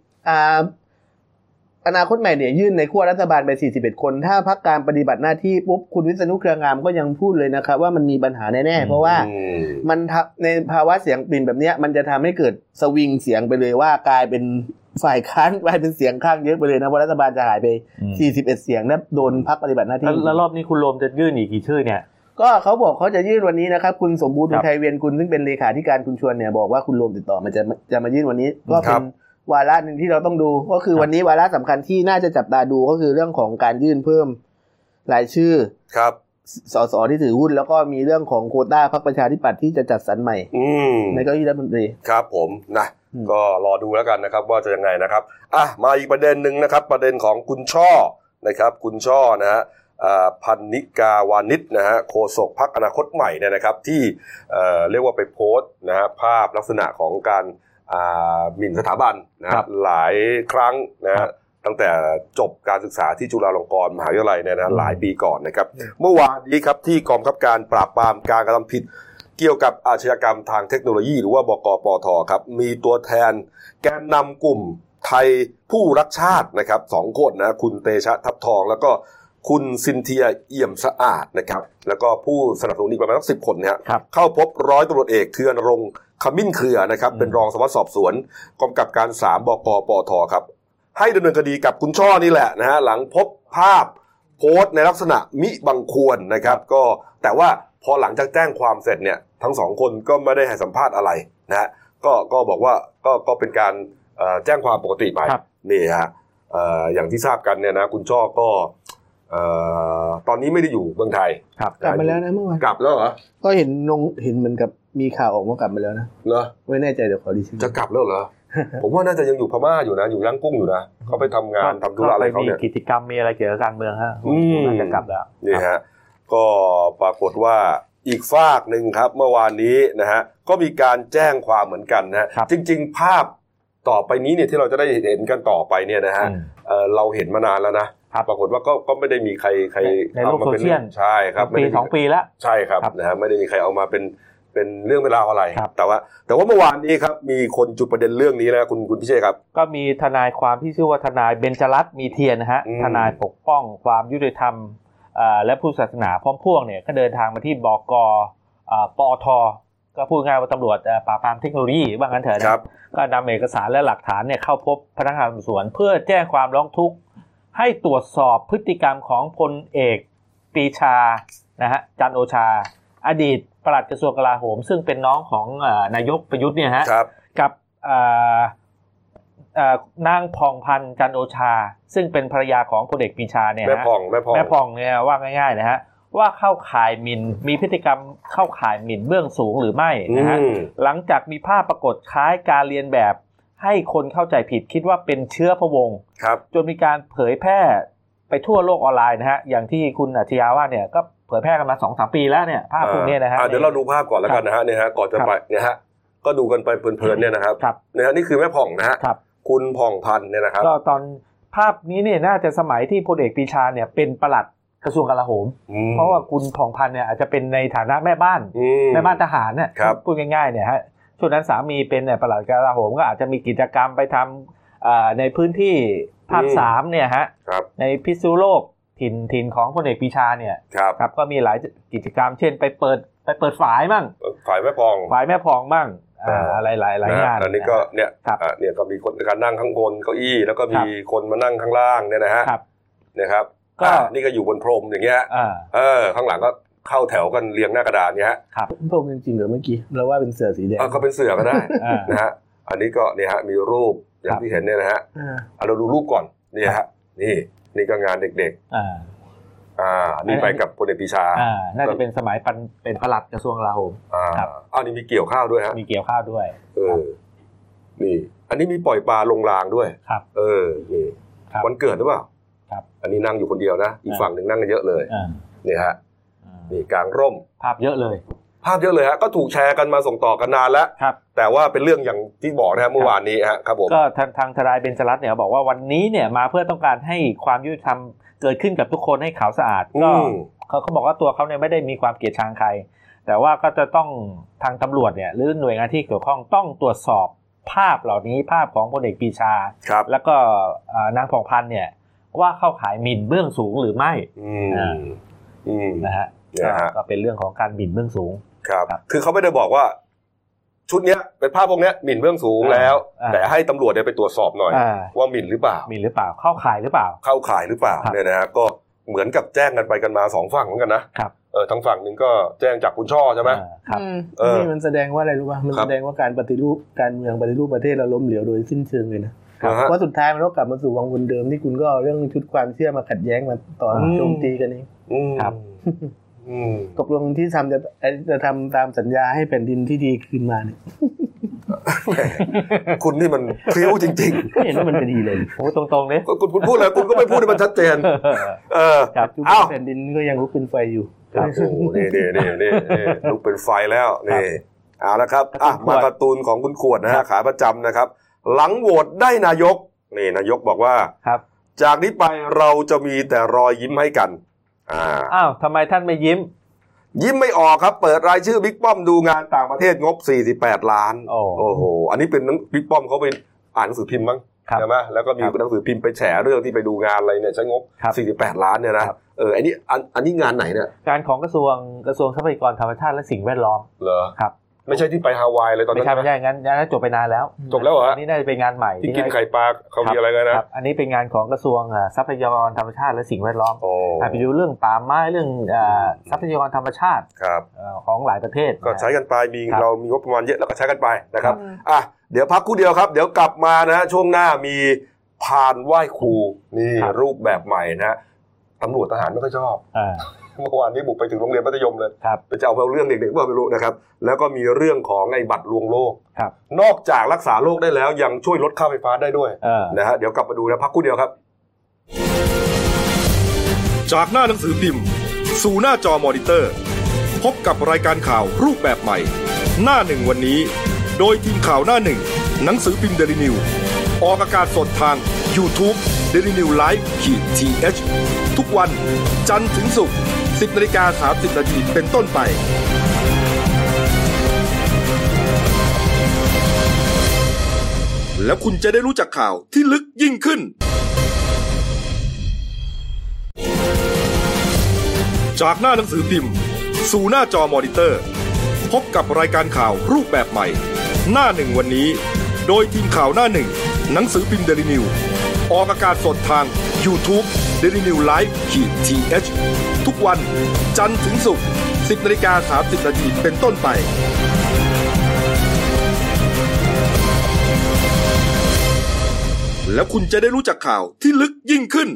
อนาคตใหม่เนี่ยยื่นในขั้วรัฐบาลไป41คนถ้าพักการปฏิบัติหน้าที่ปุ๊บคุณวิษณุเครืองามก็ยังพูดเลยนะครับว่ามันมีปัญหาแน่ๆเพราะว่ามันในภาวะเสียงปริ่นแบบนี้มันจะทำให้เกิดสวิงเสียงไปเลยว่ากลายเป็นฝ่ายค้านกลายเป็นเสียงข้างเยอะไปเลยนะเพราะรัฐบาลจะหายไป41เสียงนะโดนพักปฏิบัติหน้าที่แล้วรอบนี้คุณโรมจะยื่นอีกกี่ชื่อเนี่ยก็เขาบอกเขาจะยื่นวันนี้นะครับคุณสมบูรณ์อุทัยเวียนกุลซึ่งเป็นเลขาธิการคุณชวนเนี่ยบอกว่าคุณโรมติดต่อมาจะมายื่นวันนี้ก็เป็นวาระหนึ่งที่เราต้องดูก็คือวันนี้วาระสำคัญที่น่าจะจับตาดูก็คือเรื่องของการยื่นเพิ่มรายชื่อครับสสที่ถือหุ้นแล้วก็มีเรื่องของโควต้าพรรคประชาธิปัตย์ที่จะจัดสรรใหม่ในเก้าอี้รัฐมนตรีครับผมนะก็รอดูแล้วกันนะครับว่าจะยังไงนะครับมาอีกประเด็นนึงนะครับประเด็นของคุณช่อนะครับคุณช่อนะฮะพันนิกาวานิชนะฮะโฆษกพรรคอนาคตใหม่เนี่ยนะครับที่เรียกว่าไปโพสต์นะฮะภาพลักษณะของการหมิ่นสถาบันนะหลายครั้งนะฮะตั้งแต่จบการศึกษาที่จุฬาลงกรณ์มหาวิทยาลัยเนี่ยนะหลายปีก่อนนะครับเมื่อวานนี้ครับที่กองบังคับการปราบปรามการกระทำผิดเกี่ยวกับอาชญากรรมทางเทคโนโลยีหรือว่าบกปทครับมีตัวแทนแกนนำกลุ่มไทยผู้รักชาตินะครับ2คนนะคุณเตชะทับทองแล้วก็คุณซินเทียเอี่ยมสะอาดนะครับแล้วก็ผู้สนับสนุนอีกประมาณ10 คนเนี่ยเข้าพบร้อยตำรวจเอกเทือนรงค์ขมิ้นเครือนะครับเป็นรองสารวัตรสอบสวนกำกับการ3บกปทครับให้ดำเนินคดีกับคุณช่อนี่แหละนะฮะหลังพบภาพโพสต์ในลักษณะมิบังควรนะครับก็แต่ว่าพอหลังจากแจ้งความเสร็จเนี่ยทั้ง2คนก็ไม่ได้ให้สัมภาษณ์อะไรนะฮะก็บอกว่าก็เป็นการแจ้งความปกติไปนี่ฮะอย่างที่ทราบกันเนี่ยนะคุณช่อก็ตอนนี้ไม่ได้อยู่เมืองไทยกลับมาแล้วนะเมื่อวานกลับแล้วเหรอก็เห็นเหมือนกับมีข่าวออกว่ากลับมาแล้วนะเหรอไม่แน่ใจเดี๋ยวขอดิฉันจะกลับแล้วเหรอ ผมว่าน่าจะยังอยู่พม่าอยู่นะอยู่ย่างกุ้งอยู่นะเขาไปทำงานทำธุระอะไรเขาเนี่ยมีกิจกรรมมีอะไรเกี่ยวกับการเมืองฮะน่าจะกลับแล้วนี่ฮะก็ปรากฏว่าอีกฝากหนึ่งครับเมื่อวานนี้นะฮะก็มีการแจ้งความเหมือนกันนะจริงๆภาพต่อไปนี้เนี่ยที่เราจะได้เห็นกันต่อไปเนี่ยนะฮะเราเห็นมานานแล้วนะปรากฏว่าก็ไม่ได้มีใครเอามาเป็นใช่ครับปี2 ปีแล้วใช่ครับนะฮะไม่ได้มีใครเอามาเป็นเรื่องเป็นราวอะไรแต่ว่าเมื่อวานนี้ครับมีคนจุดประเด็นเรื่องนี้แล้วคุณพิเชษครับก็มีทนายความที่ชื่อว่าทนายเบญจรัตน์มีเทียนนะฮะทนายปกป้องความยุติธรรมและผู้ศาสนาพร้อมพวกเนี่ยก็เดินทางมาที่บก.ปอท.ก็พูดง่ายว่าตำรวจปราบปรามเทคโนโลยีว่างั้นเถอะนะก็นำเอกสารและหลักฐานเนี่ยเข้าพบพนักงานสอบสวนเพื่อแจ้งความร้องทุกข์ให้ตรวจสอบพฤติกรรมของพลเอกปรีชานะฮะจันทร์โอชาอดีตปลัดกระทรวงกลาโหมซึ่งเป็นน้องของนายกประยุทธ์เนี่ยฮะกับนางผ่องพันธ์จันทร์โอชาซึ่งเป็นภรรยาของพลเอกปรีชาเนี่ยแม่ผ่องเนี่ยว่าง่ายๆนะฮะว่าเข้าข่ายหมิ่นมีพฤติกรรมเข้าข่ายหมิ่นเบื้องสูงหรือไม่นะฮะหลังจากมีภาพปรากฏคล้ายการเรียนแบบให้คนเข้าใจผิดคิดว่าเป็นเชื้อพระวงศ์จนมีการเผยแพร่ไปทั่วโลกออนไลน์นะฮะอย่างที่คุณอัจฉริยะว่าเนี่ยก็เผยแพร่กันมา 2-3 ปีแล้วเนี่ยภาพพวกนี้นะฮะเดี๋ยวเราดูภาพก่อนแล้วกันนะฮะเนี่ยฮะก่อนจะไปเนี่ยฮะก็ดูกันไปเพลินๆเนี่ยนะครับเนี่ยนี่คือแม่ผ่องนะฮะคุณผ่องพันธ์เนี่ยนะครับก็ตอนภาพนี้เนี่ยน่าจะสมัยที่พลเอกปรีชาเนี่ยเป็นปลัดกระทรวงกลาโหมเพราะว่าคุณผ่องพันธ์เนี่ยอาจจะเป็นในฐานะแม่บ้านทหารเนี่ยพูดง่ายๆเนี่ยฮะช่วงนั้นสามีเป็นปลัดกลาโหมก็อาจจะมีกิจกรรมไปทำในพื้นที่ภาค3เนี่ยฮะในพิษณุโลกถิ่นของพลเอกปรีชาเนี่ยครับก็มีหลายกิจกรรมเช่นไปเปิดฝายมั่งฝายแม่ผ่องมั่งอะไรหลายงานอันนี้ก็เนี่ยก็มีคนการนั่งข้างบนเก้าอี้แล้วก็มีคนมานั่งข้างล่างเนี่ยนะฮะนะครับก็นี่ก็อยู่บนพรมอย่างเงี้ยข้างหลังก็เข้าแถวกันเรียงหน้ากระดานเงี้ยครับพรมจริงๆเหรอเมื่อกี้เราว่าเป็นเสือสีแดงก็เป็นเสือก็ได้นะฮะอันนี้ก็เนี่ยฮะมีรูปอย่างที่เห็นเนี่ยนะฮะเราดูรูปก่อนนี่ฮะนี่ก็งานเด็กๆนี่ไปกับพลเอกปรีชาน่าจะเป็นสมัยเป็นปลัดกระทรวงกลาโหมนี่มีเกี่ยวข้าวด้วยฮะมีเกี่ยวข้าวด้วยนี่อันนี้มีปล่อยปลาลงรางด้วยนี่วันเกิดหรือเปล่าอันนี้นั่งอยู่คนเดียวนะอีกฝั่งหนึ่งนั่งกันเยอะเลยนี่ฮะนี่กลางร่มภาพเยอะเลยฮะก็ถูกแชร์กันมาส่งต่อกันนานแล้วแต่ว่าเป็นเรื่องอย่างที่บอกนะครับเมื่อวานนี้ครับผมก็ทางทนายเบญจรัตน์เนี่ยบอกว่าวันนี้เนี่ยมาเพื่อต้องการให้ความยุติธรรมเกิดขึ้นกับทุกคนให้ขาวสะอาดก็เขาบอกว่าตัวเขาเนี่ยไม่ได้มีความเกลียดชังใครแต่ว่าก็จะต้องทางตำรวจเนี่ยหรือหน่วยงานที่เกี่ยวข้องต้องตรวจสอบภาพเหล่านี้ภาพของพลเอกปรีชาแล้วก็นางผ่องพันธ์เนี่ยว่าเข้าข่ายหมิ่นเบื้องสูงหรือไม่นะฮะก็เป็นเรื่องของการหมิ่นเบื้องสูงครับคือเขาไม่ได้บอกว่าชุดเนี้ยเป็นภาพพวกเนี้ยหมิ่นเบื้องสูงแล้วแต่ให้ตำรวจเนี่ยไปตรวจสอบหน่อยว่าหมิ่นหรือเปล่าเข้าข่ายหรือเปล่าเนี่ยนะฮะก็เหมือนกับแจ้งกันไปกันมา2ฝั่งเหมือนกันนะทางฝั่งนึงก็แจ้งจากคุณช่อใช่ไหมครับนี่มันแสดงว่าอะไรรู้ป่ะมันแสดงว่าการปฏิรูปการเมืองปฏิรูปประเทศเราล้มเหลวโดยสิ้นเชิงเลยนะเพราะสุดท้ายมันก็กลับมาสู่วังวนเดิมที่คุณก็เอาเรื่องชุดความเชื่อมาขัดแย้งมาต่อโจมตีกันเองครับตกลงที่จะทำตามสัญญาให้แผ่นดินที่ดีคืนมาเนี่ยคุณนี่มันพริ้วจริงๆเห็นว่ามันจะดีเลยโอ้ตรงๆเนี่ยคุณพูดแล้วคุณก็ไม่พูดให้มันชัดเจนแผ่นดินก็ยังลุกเป็นไฟอยู่โอ้นี่ลุกเป็นไฟแล้วนี่เอาละครับมาการ์ตูนของคุณขวดนะฮะขาประจำนะครับหลังโหวตได้นายกนี่นายกบอกว่าจากนี้ไปเราจะมีแต่รอยยิ้มให้กันทำไมท่านไม่ยิ้มไม่ออกครับเปิดรายชื่อบิ๊กป้อมดูงานต่างประเทศงบ48ล้านโอ้โหอันนี้เป็นบิ๊กป้อมเขาไปอ่านหนังสือพิมพ์มั้งใช่ไหมแล้วก็มีหนังสือพิมพ์ไปแฉเรื่องที่ไปดูงานอะไรเนี่ยใช้งบ48ล้านเนี่ยนะอันนี้งานไหนเนี่ยการของกระทรวงทรัพยากรธรรมชาติและสิ่งแวดล้อมเหรอครับไม่ใช่ที่ไปฮาวายเลยตอนนั้นไม่ใช่งั้นจบไปนานแล้วจบแล้วเหรอนี่น่าจะเป็นงานใหม่ที่กินไข่ปลาเขามีอะไรกันนะอันนี้เป็นงานของกระทรวงทรัพยากรธรรมชาติและสิ่งแวดล้อมไปดูเรื่องป่าไม้เรื่องทรัพยากรธรรมชาติของหลายประเทศก็ใช้กันไปเรามีงบประมาณเยอะแล้วก็ใช้กันไปนะครับเดี๋ยวพักครู่เดียวครับเดี๋ยวกลับมานะช่วงหน้ามีพานไหว้ครูนี่รูปแบบใหม่นะตำรวจทหารไม่ค่อยชอบเมื่อวานนี้บุกไปถึงโรงเรียนมัธยมเลยไปจะเอาเรื่องเด็กๆว่าไม่รู้นะครับแล้วก็มีเรื่องของไอ้บัตรลวงโลกนอกจากรักษาโรคได้แล้วยังช่วยลดค่าไฟฟ้าได้ด้วยนะฮะเดี๋ยวกลับมาดูนะพักครู่เดียวครับจากหน้าหนังสือพิมพ์สู่หน้าจอมอนิเตอร์พบกับรายการข่าวรูปแบบใหม่หน้าหนึ่งวันนี้โดยทีมข่าวหน้าหนึ่งหนังสือพิมพ์ Daily News ออกอากาศสดทาง YouTube Daily News Live-TH ทุกวันจันทร์ถึงศุกร์ 10:30 น.เป็นต้นไปแล้วคุณจะได้รู้จักข่าวที่ลึกยิ่งขึ้นจากหน้าหนังสือพิมพ์สู่หน้าจอมอนิเตอร์พบกับรายการข่าวรูปแบบใหม่หน้าหนึ่งวันนี้โดยทีมข่าวหน้าหนึ่งหนังสือพิมพ์ Daily News ออกอากาศสดทาง YouTube Daily News Live-TH ทุกวันจันทร์ถึงศุกร์ 10:30 น.เป็นต้นไปแล้วคุณจะได้รู้จักข่าวที่ลึกยิ่งขึ้น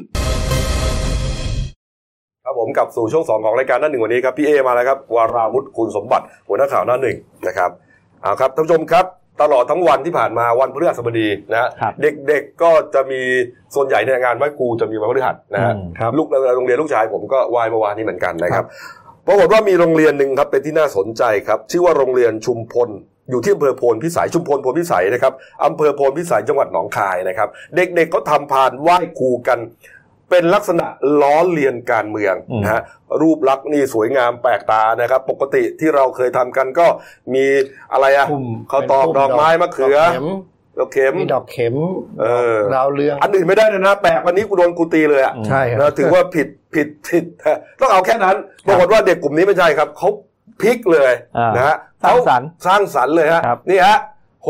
ครับผมกลับสู่ช่วง2ของรายการหน้าหนึ่งวันนี้ครับพี่เอมาแล้วครับวราวุธคุณสมบัติหัวหน้าข่าวหน้าหนึ่งนะครับเอาครับท่านผู้ชมครับตลอดทั้งวันที่ผ่านมาวันพฤหัสบดีนะเด็กๆก็จะมีส่วนใหญ่ในงานไหว้ครูจะมีวันพฤหัสนะฮะลูกโรงเรียนลูกชายผมก็ไหว้เมื่อวานนี้เหมือนกันนะครับปรากฏว่ามีโรงเรียนนึงครับเป็นที่น่าสนใจครับชื่อว่าโรงเรียนชุมพลอยู่ที่อำเภอโพนพิสัยชุมพลโพนพิสัยนะครับอำเภอโพนพิสัยจังหวัดหนองคายนะครับเด็กๆเขาทำพานไหว้ครูกันเป็นลักษณะล้อเลียนการเมืองนะฮะรูปลักษณ์นี่สวยงามแปลกตานะครับปกติที่เราเคยทำกันก็มีอะไรเขาตอกดอกไม้มะเขือดอกเข็มมีดอกเข็มดาวเรืองอันอื่นไม่ได้เลยนะแปลกวันนี้กูโดนกูตีเลยอ่ะใช่ครับถือว่าผิดต้องเอาแค่นั้นปรากฏว่าเด็กกลุ่มนี้ไม่ใช่ครับเขาพลิกเลยนะฮะสร้างสรรค์เลยฮะนี่ฮะ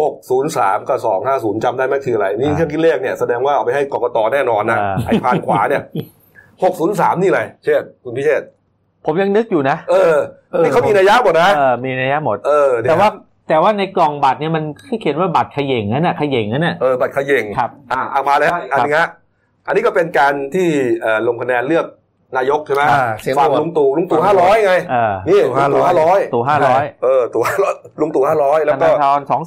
603กับ250จำได้ไหมคืออะไรนี่เครื่องคิดเลขเนี่ยแสดงว่าเอาไปให้กกตแน่นอนนะไอ้พานขวาเนี่ย603นี่อะไรเชษคุณพิเชษผมยังนึกอยู่นะนี่เขามีนัยยะหมดนะมีนัยยะหมดแต่ว่าในกล่องบัตรเนี่ยมันเขียนว่าบัตรเขย่งนั่นน่ะเขย่งนั่นน่ะบัตรเขย่งครับเอามาเลยอันนี้ฮะอันนี้ก็เป็นการที่ลงคะแนนเลือกนายกใช่ไหมฝั่งลุงตู่500ไงนี่ลุงตู่500 ตู่500 ตู่500ลุงตู่500แล้วก็ธนาธร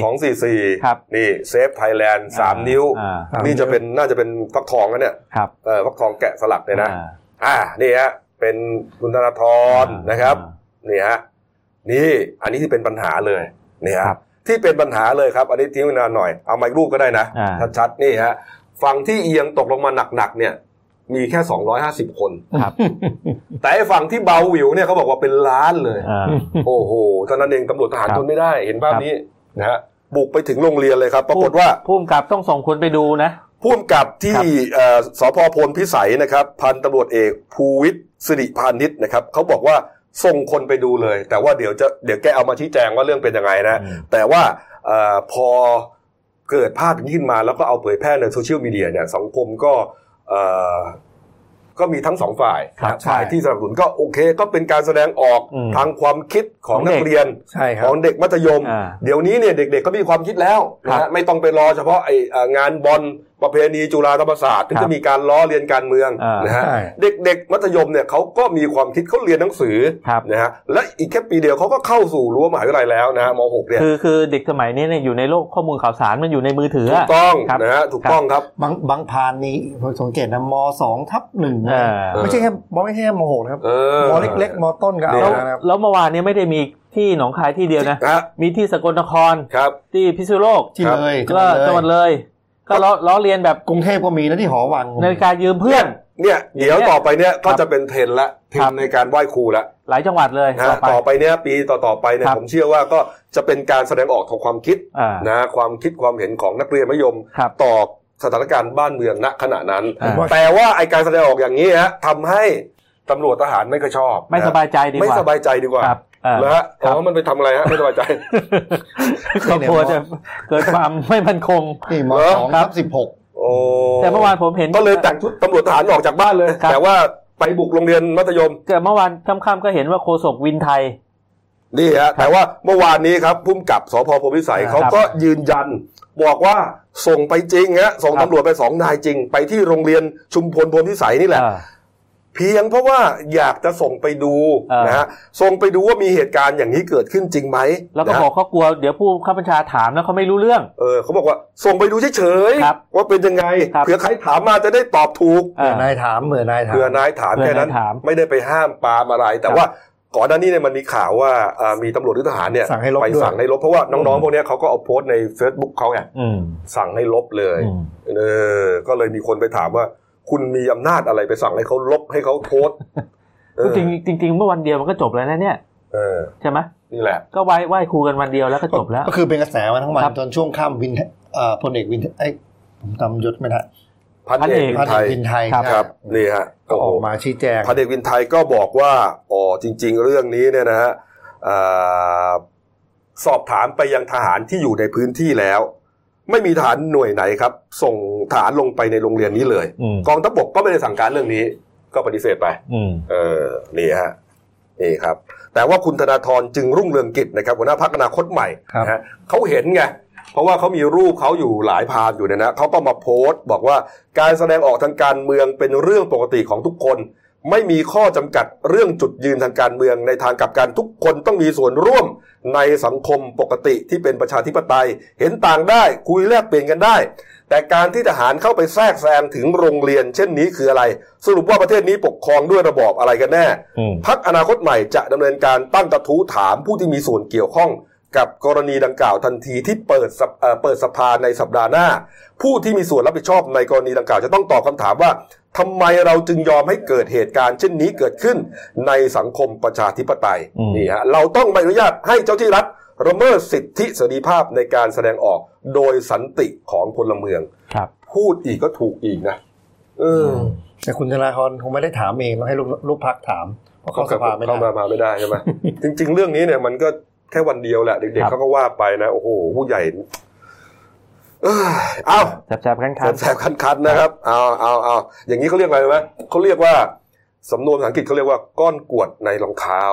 244 ครับนี่เซฟไทยแลนด์3นิ้วนี่จะเป็นน่าจะเป็นฟักทองนะเนี่ยฟักทองแกะสลักเนี่ยนะนี่ฮะเป็นคุณธนาธรนะครับนี่ฮะนี่อันนี้ที่เป็นปัญหาเลยนี่ฮะที่เป็นปัญหาเลยครับอันนี้ทิ้งไว้นานหน่อยเอาไมค์รูปก็ได้นะชัดๆนี่ฮะฝั่งที่เอียงตกลงมาหนักๆเนี่ยมีแค่250คนครับแต่ฝั่งที่เบาหวิวเนี่ยเขาบอกว่าเป็นล้านเลยโอ้โหตอนนั้นเองตำรวจทหารทนไม่ได้เห็นภาพนี้นะฮะบุกไปถึงโรงเรียนเลยครับปรากฏว่าผู้กำกับต้องส่งคนไปดูนะผู้กำกับที่สพพลพิสัยนะครับพันตำรวจเอกภูวิทย์สิริพานิชนะครับเขาบอกว่าส่งคนไปดูเลยแต่ว่าเดี๋ยวแกเอามาชี้แจงว่าเรื่องเป็นยังไงนะแต่ว่าพอเกิดภาพนี้ขึ้นมาแล้วก็เอาเผยแพร่ในโซเชียลมีเดียเนี่ยสังคมก็มีทั้งสองฝ่ายฝ่ายที่สนับสนุนก็โอเคก็เป็นการแสดงออกทางความคิดของนักเรียนของเด็กมัธยมเดี๋ยวนี้เนี่ยเด็กๆก็มีความคิดแล้วนะไม่ต้องไปรอเฉพาะงานบอลประเพณีจุฬาธรรมศาสตร์ที่จะมีการล้อเลียนการเมืองนะฮะเด็กๆมัธยมเนี่ยเขาก็มีความคิดเขาเรียนหนังสือนะฮะและอีกแค่ปีเดียวเขาก็เข้าสู่รั้วมหาวิทยาลัยแล้วนะฮะม.6 เนี่ยคือเด็กสมัยนี้เนี่ยอยู่ในโลกข้อมูลข่าวสารมันอยู่ในมือถือถูกต้องนะฮะถูกต้องครับบางพานนี้ผมสังเกตนะม.2/1ไม่ใช่แค่ม.6 นะครับม.เล็กๆม.ต้นก็เอาแล้วเมื่อวานนี้ไม่ได้มีที่หนองคายที่เดียวนะมีที่สกลนครที่พิษณุโลกที่เลยก็จังหวัดเลยก็ล้อเลียนแบบกรุงเทพก็มีนะที่หอวังในการยืมเพื่อนเนี่ยเดี๋ยวต่อไปเนี่ยก็จะเป็นเทรนด์ละเทรนด์ในการไหว้ครูละหลายจังหวัดเลยต่อไปเนี่ยปีต่อไปเนี่ยผมเชื่อว่าก็จะเป็นการแสดงออกของความคิดนะความคิดความเห็นของนักเรียนมัธยมต่อสถานการณ์บ้านเมืองณขณะนั้นแต่ว่าไอ้การแสดงออกอย่างนี้ฮะทำให้ตำรวจทหารไม่ค่อยชอบไม่สบายใจดีกว่าไม่สบายใจดีกว่านะฮะอ๋อมันไปทำอะไรฮะไม่สบายใจครอบครัวจะเกิดความไม่มั่นคงนี่ม.2/16 โอ้แต่เมื่อวานผมเห็นก็เลยแต่งชุดตำรวจทหารออกจากบ้านเลยแต่ว่าไปบุกโรงเรียนมัธยมเมื่อวานค่ำๆก็เห็นว่าโฆษกวินไทยนี่ฮะแต่ว่าเมื่อวานนี้ครับผู้กำกับสพพรหมวิสัยเขาก็ยืนยันบอกว่าส่งไปจริงฮะส่งตำรวจไป2 นายจริงไปที่โรงเรียนชุมพลพรหมวิสัยนี่แหละเพียงเพราะว่าอยากจะส่งไปดูนะฮะส่งไปดูว่ามีเหตุการณ์อย่างนี้เกิดขึ้นจริงไหมแล้วก็บอกเขากลัวเดี๋ยวผู้ข้าบัญชาถามแล้วเขาไม่รู้เรื่องเขาบอกว่าส่งไปดูเฉยๆว่าเป็นยังไงเผื่อใครถามมาจะได้ตอบถูกเผื่อนายถามเผื่อนายถามแค่นั้นไม่ได้ไปห้ามปรามอะไรแต่ว่าก่อนหน้านี้เนี่ยมันมีข่าวว่ามีตำรวจหรือทหารเนี่ยไปสั่งให้ลบเพราะว่าน้องๆพวกนี้เขาก็เอาโพสต์ใน Facebook เขาไงสั่งให้ลบเลยก็เลยมีคนไปถามว่าคุณมีอำนาจอะไรไปสั่งให้เขาลบให้เขาโพสต์จริงเมื่อวันเดียวมันก็จบแล้วนะเนี่ยใช่ไหมนี่แหละก็ไหว้ครูกันวันเดียวแล้วก็จบแล้วก็คือเป็นกระแสมาทั้งวันจนช่วงค่ำพลเอกวินผมจำยศไม่ได้พันเอกวินไทยครับนี่ฮะก็ออกมาชี้แจงพันเอกวินไทยก็บอกว่าจริงๆเรื่องนี้เนี่ยนะฮะสอบถามไปยังทหารที่อยู่ในพื้นที่แล้วไม่มีทหารหน่วยไหนครับส่งทหารลงไปในโรงเรียนนี้เลยกองทัพบกก็ไม่ได้สั่งการเรื่องนี้ก็ปฏิเสธไปนี่ฮะนี่ครับแต่ว่าคุณธนาธรจึงรุ่งเรืองกิจนะครับหัวหน้าพรรคอนาคตใหม่นะฮะเขาเห็นไงเพราะว่าเขามีรูปเขาอยู่หลายพานอยู่เนี่ยนะเขาก็มาโพสต์บอกว่าการแสดงออกทางการเมืองเป็นเรื่องปกติของทุกคนไม่มีข้อจำกัดเรื่องจุดยืนทางการเมืองในทางกลับกันทุกคนต้องมีส่วนร่วมในสังคมปกติที่เป็นประชาธิปไตยเห็นต่างได้คุยแลกเปลี่ยนกันได้แต่การที่ทหารเข้าไปแทรกแซงถึงโรงเรียนเช่นนี้คืออะไรสรุปว่าประเทศนี้ปกครองด้วยระบอบอะไรกันแน่พรรคอนาคตใหม่จะดำเนินการตั้งกระทู้ถามผู้ที่มีส่วนเกี่ยวข้องกับกรณีดังกล่าวทันทีที่เปิดสภาในสัปดาห์หน้าผู้ที่มีส่วนรับผิดชอบในกรณีดังกล่าวจะต้องตอบคำถามว่าทำไมเราจึงยอมให้เกิดเหตุการณ์เช่นนี้เกิดขึ้นในสังคมประชาธิปไตยนี่ฮะเราต้องไม่อนุญาตให้เจ้าที่รัฐละเมิดสิทธิเสรีภาพในการแสดงออกโดยสันติของพลเมืองพูดอีกก็ถูกอีกนะแต่คุณธนาธรคงไม่ได้ถามเองต้องให้ลูกพรรคถามเพราะเข้าสภาไม่ได้เข้ามาไม่ได้ใช่ไหม จริงๆเรื่องนี้เนี่ยมันก็แค่วันเดียวแหละเด็กๆเขาก็ว่าไปนะโอ้โหผู้ใหญ่แสบคันนะครับเอาอย่างนี้เขาเรียกอะไรไหมเขาเรียกว่าสำนวนภาษาอังกฤษเขาเรียกว่าก้อนกรวดในรองเท้า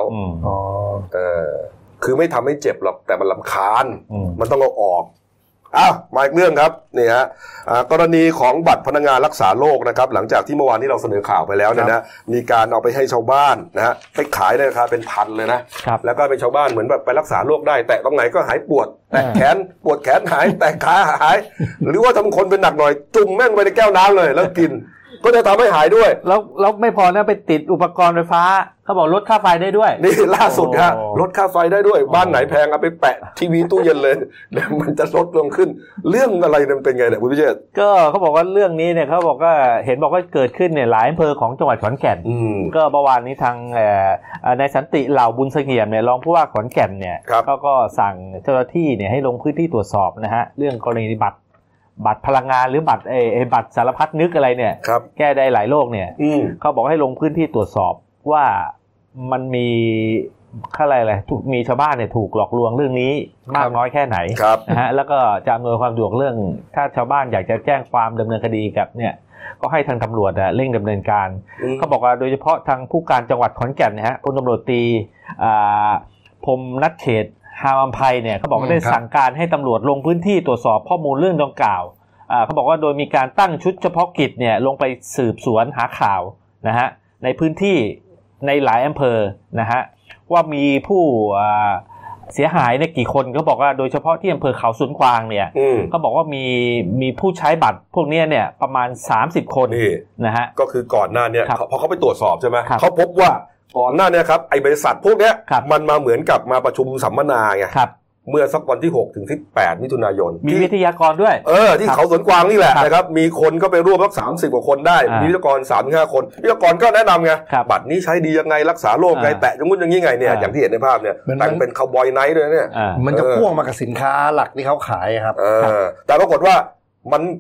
คือไม่ทำให้เจ็บหรอกแต่มันรำคาญมันต้องเอาออกมาอีกเรื่องครับนี่ฮะกรณีของบัตรพนักงานรักษาโรคนะครับหลังจากที่เมื่อวานนี้เราเสนอข่าวไปแล้วเนี่ยนะมีการเอาไปให้ชาวบ้านนะฮะไปขายในราคาเป็นพันเลยนะแล้วก็เป็นชาวบ้านเหมือนแบบไปรักษาโรคได้แต่ตรงไหนก็หายปวดแต่แขนปวดแขนหายแต่ขาหายหรือว่าทำคนเป็นหนักหน่อยจุ่มแม่งไปในแก้วน้ำเลยแล้วกินก็จะทำให้หายด้วยแล้วไม่พอนะไปติดอุปกรณ์ไฟฟ้าเขาบอกลดค่าไฟได้ด้วยนี่ล่าสุดฮะลดค่าไฟได้ด้วยบ้านไหนแพงเอาไปแปะทีวีตู้เย็นเลยแล้วมันจะลดลงขึ้นเรื่องอะไรมันเป็นไงเนี่ยคุณพิเชษก็เขาบอกว่าเรื่องนี้เนี่ยเขาบอกว่าเห็นบอกว่าเกิดขึ้นเนี่ยหลายอำเภอของจังหวัดขอนแก่นก็เมื่อวานนี้ทางนายสันติเหล่าบุญเสงี่ยมเนี่ยรองผู้ว่าขอนแก่นเนี่ยเขาก็สั่งเจ้าหน้าที่เนี่ยให้ลงพื้นที่ตรวจสอบนะฮะเรื่องกรณีบัตรพลังงานหรือบัตรสารพัดนึกอะไรเนี่ยแก้ได้หลายโรคเนี่ยเขาบอกให้ลงพื้นที่ตรวจสอบว่ามันมีอะไรมีชาวบ้านเนี่ยถูกหลอกลวงเรื่องนี้มากน้อยแค่ไหนนะฮะแล้วก็จะอำนวยความสะดวกเรื่องถ้าชาวบ้านอยากจะแจ้งความดำเนินคดีกับเนี่ยก็ให้ทางตำรวจเร่งดำเนินการเขาบอกว่าโดยเฉพาะทางผู้การจังหวัดขอนแก่นนะฮะพลตำรวจตรีพรหมนัทเขตฮาอัมไพเนี่ยเขาบอกว่าได้สั่งการให้ตำรวจลงพื้นที่ตรวจสอบข้อมูลเรื่องดังกล่าวเขาบอกว่าโดยมีการตั้งชุดเฉพาะกิจเนี่ยลงไปสืบสวนหาข่าวนะฮะในพื้นที่ในหลายอำเภอนะฮะว่ามีผู้เสียหายเนี่ยกี่คนเขาบอกว่าโดยเฉพาะที่อำเภอเขาสวนกวางเนี่ยเขาบอกว่ามีผู้ใช้บัตรพวกนี้เนี่ยประมาณ30คนนะฮะก็คือก่อนหน้านี้พอเขาไปตรวจสอบใช่ไหมเขาพบว่าก่อนหน้านี้ครับไอ้บริษัทพวกนี้มันมาเหมือนกับมาประชุมสัมมนาไงเมื่อสักวันที่6ถึงที่8มิถุนายนมีวิทยากรด้วยที่เขาสวนกวางนี่แหละนะครับมีคนก็ไปร่วมสัก30กว่าคนได้มีวิทยากร 3-5 คนวิทยากรก็แนะนำไงบัตรนี้ใช้ดียังไงรักษาโรคไงแตะอย่างงู้นอย่างนี้ไงเนี่ยอย่างที่เห็นในภาพเนี่ยแต่งเป็นคาวบอยไนท์ด้วยเนี่ยมันจะพ่วงมากับสินค้าหลักที่เขาขายครับแต่ปรากฏว่ามัน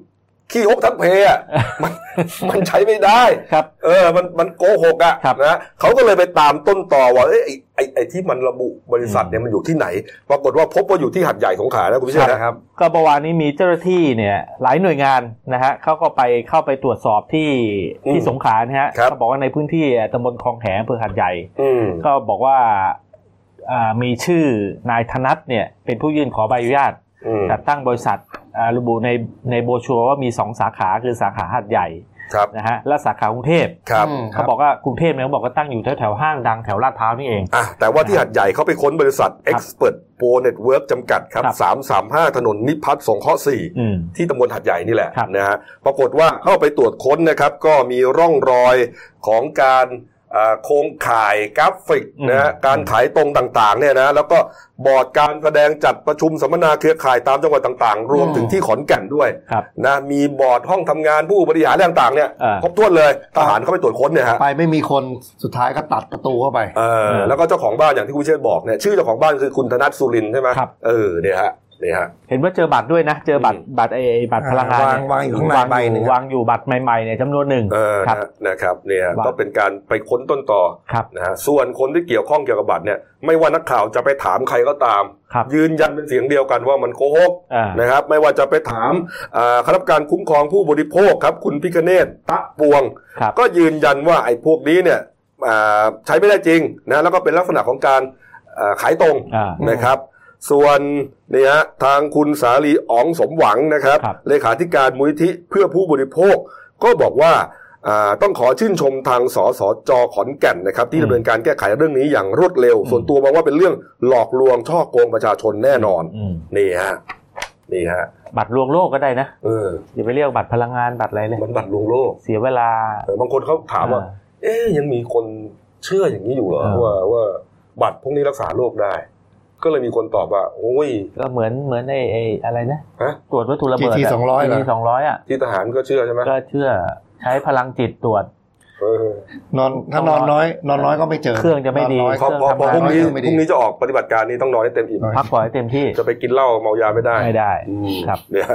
ขี้ฮกทั้งเพอ่ะมันใช้ไม่ได้ครับมันโกหกอ่ะนะเขาก็เลยไปตามต้นตอว่าไอ้ที่มันระบุบริษัทเนี่ยมันอยู่ที่ไหนปรากฏว่าพบว่าอยู่ที่หาดใหญ่สงขลานะคุณพิเชษนะครับก็เมื่อวานนี้มีเจ้าหน้าที่เนี่ยหลายหน่วยงานนะฮะเขาก็เข้าไปตรวจสอบที่สงขลานะฮะเขาบอกว่าในพื้นที่ตำบลคลองแหอำเภอหาดใหญ่ก็บอกว่ามีชื่อนายธนัทเนี่ยเป็นผู้ยื่นขอใบอนุญาตจัดตั้งบริษัทระบุในโบรชัวร์ว่ามี2สาขาคือสาขาหาดใหญ่นะฮะและสาขากรุงเทพเขาบอกว่ากรุงเทพเนี่ยเขาบอกว่าตั้งอยู่แถวห้างดังแถวลาดพร้าวนี่เองแต่ว่าที่หาดใหญ่เขาไปค้นบริษัท Expert Pro Network จำกัดครับ335ถนนนิพัฒน์สงเคราะห์4ที่ตำบลหาดใหญ่นี่แหละนะฮะปรากฏว่าเข้าไปตรวจค้นนะครับก็มีร่องรอยของการโครงข่ายกราฟิกนะการขายตรงต่างๆเนี่ยนะแล้วก็บอร์ดการแสดงจัดประชุมสัมมนาเครือข่ายตามจังหวัดต่างๆรวมถึงที่ขอนแก่นด้วยนะมีบอร์ดห้องทำงานผู้บริหารต่างๆเนี่ยครบถ้วนเลยทหารเข้าไปตรวจค้นเนี่ยฮะไปไม่มีคนสุดท้ายก็ตัดประตูเข้าไปแล้วก็เจ้าของบ้านอย่างที่คุณเชษบอกเนี่ยชื่อเจ้าของบ้านคือคุณธนัทสุรินทร์ใช่ไหมเนี่ยฮะเห็นว่าเจอบัตรด้วยนะเจอบัตรบัตรพลังงานวางอยู่ข้างในใบนึงวางอยู่บัตรใหม่ๆเนี่ยจำนวนหนึ่งนะครับเนี่ยก็เป็นการไปค้นต้นตอนะฮะส่วนคนที่เกี่ยวข้องเกี่ยวกับบัตรเนี่ยไม่ว่านักข่าวจะไปถามใครก็ตามยืนยันเป็นเสียงเดียวกันว่ามันโกหกนะครับไม่ว่าจะไปถามคณะกรรมการคุ้มครองผู้บริโภคครับคุณพิคเนศตะปวงก็ยืนยันว่าไอ้พวกนี้เนี่ยใช้ไม่ได้จริงนะแล้วก็เป็นลักษณะของการขายตรงนะครับส่วนนี่ฮะทางคุณสาลีอ๋องสมหวังนะครับเลขาธิการมูลนิธิเพื่อผู้บริโภคก็บอกว่าต้องขอชื่นชมทางสสจ.ขอนแก่นนะครับที่ดำเนินการแก้ไขเรื่องนี้อย่างรวดเร็วส่วนตัวมองว่าเป็นเรื่องหลอกลวงช่อโกงประชาชนแน่นอนนี่ฮะบัตรลวงโลกก็ได้นะอย่าไปเรียกบัตรพลังงานบัตรอะไรเลยมันบัตรลวงโลกเสียเวลาบางคนเขาถามว่ายังมีคนเชื่ออย่างนี้อยู่เหรอว่าบัตรพวกนี้รักษาโรคได้ก็เลยมีคนตอบว่าโอ้ยก็เหมือนไอ้อะไรนะตรวจวัตถุระเบิดที่200 อ่ะที่ทหารก็เชื่อใช่ไหมก็เชื่อใช้พลังจิตตรวจถ้านอนน้อยก็ไม่เจอเครื่องจะไม่ดีพอพรุ่งนี้จะออกปฏิบัติการนี้ต้องนอนให้เต็มอิ่มพักผ่อนให้เต็มที่จะไปกินเหล้าเมายาไม่ได้ครับเนี่ย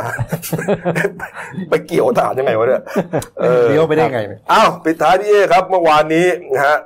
ไปเกี่ยวทหารยังไงวะเนี่ยเลี้ยวไปได้ไงปิดท้ายที่ครับเมื่อวานนี้นะฮะ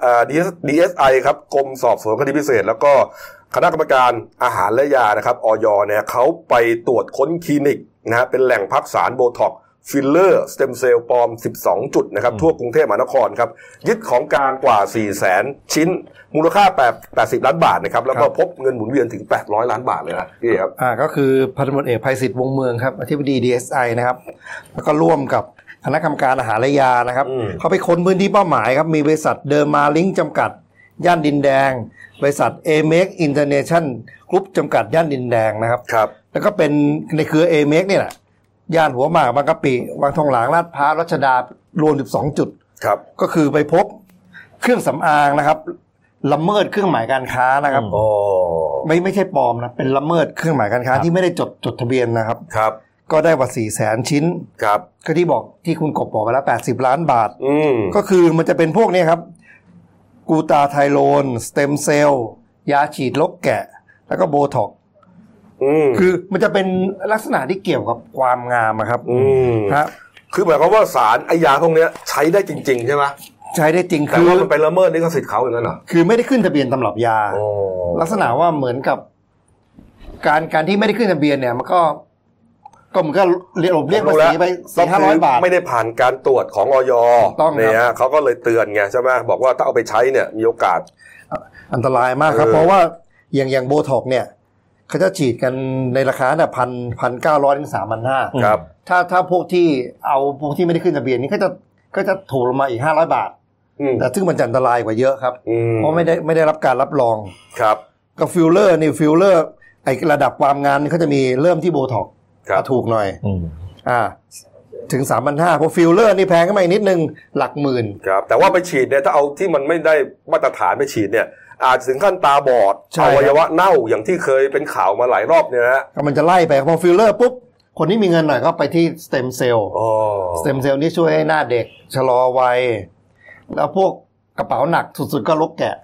DSI ครับกรมสอบสวนคดีพิเศษแล้วก็คณะกรรมการอาหารและยานะครับอย.เนี่ยเขาไปตรวจค้นคลินิกนะฮะเป็นแหล่งพักสารโบท็อกฟิลเลอร์สเต็มเซลล์ปลอม12จุดนะครับทั่วกรุงเทพมหานครครับยึดของกลางกว่า 400,000 ชิ้นมูลค่า80ล้านบาทนะครับแล้วก็พบเงินหมุนเวียนถึง800ล้านบาทเลยนะพี่ครับก็คือพันตำรวจเอกไพศิษฐ์วงศ์เมืองครับอธิบดี DSI นะครับแล้วก็ร่วมกับคณะกรรมการอาหารและยานะครับเขาไปค้นพื้นที่เป้าหมายครับมีบริษัทเดิมมาลิงก์จำกัดย่านดินแดงบริษัท AMEX International Group จำกัดย่านดินแดงนะครับแล้วก็เป็นในเครือ AMEX นี่แหละย่านหัวหมากบางกะปิวังทองหลางลาดพร้าวรัชดารวม12จุดก็คือไปพบเครื่องสำอางนะครับละเมิดเครื่องหมายการค้านะครับไม่ใช่ปลอมนะเป็นละเมิดเครื่องหมายการค้าที่ไม่ได้จดทะเบียนนะครับก็ได้กว่า 400,000 ชิ้นก็ที่บอกที่คุณกบบอกไปแล้ว80ล้านบาทก็คือมันจะเป็นพวกนี้ครับกูตาไทโลนสเต็มเซลล์ยาฉีดลกแกะแล้วก็โบท็อกคือมันจะเป็นลักษณะที่เกี่ยวกับความงามครับคือหมายความว่าสารไอยาพวกนี้ใช้ได้จริงๆใช่ไหมใช้ได้จริงแต่ว่ามันไปละเมิดลิขสิทธิ์เขาอย่างนั้นเหรอคือไม่ได้ขึ้นทะเบียนตำรับยาลักษณะว่าเหมือนกับการที่ไม่ได้ขึ้นทะเบียนเนี่ยมันก็เหมือนกับเรียกภาษีไป 400-500 บาทไม่ได้ผ่านการตรวจของอย.เนี่ยเขาก็เลยเตือนไงใช่ไหมบอกว่าถ้าเอาไปใช้เนี่ยมีโอกาสอันตรายมากครับเพราะว่าอย่างโบท็อกเนี่ยเขาจะฉีดกันในราคาเนี่ย1,900 ถึง 3,500 ครับถ้าพวกที่ไม่ได้ขึ้นทะเบียนนี่ก็จะถูกลงมาอีก500 บาทแต่ซึ่งมันอันตรายกว่าเยอะครับเพราะไม่ได้รับการรับรองครับก็ฟิลเลอร์ไอ้ระดับความงามนี่เขาจะมีเริ่มที่โบท็อกถูกหน่อยถึง 3,500 พอฟิลเลอร์นี่แพงขึ้นมาอีกนิดนึงหลักหมื่นครับแต่ว่าไปฉีดเนี่ยถ้าเอาที่มันไม่ได้มาตรฐานไปฉีดเนี่ยอาจถึงขั้นตาบอดอวัยวะเน่าอย่างที่เคยเป็นข่าวมาหลายรอบเนี่ยนะมันจะไล่ไปพอฟิลเลอร์ปุ๊บคนที่มีเงินหน่อยก็ไปที่สเต็มเซลล์สเต็มเซลล์นี่ช่วยให้หน้าเด็กชะลอวัยแล้วพวกกระเป๋าหนักสุดๆก็ลกแกะ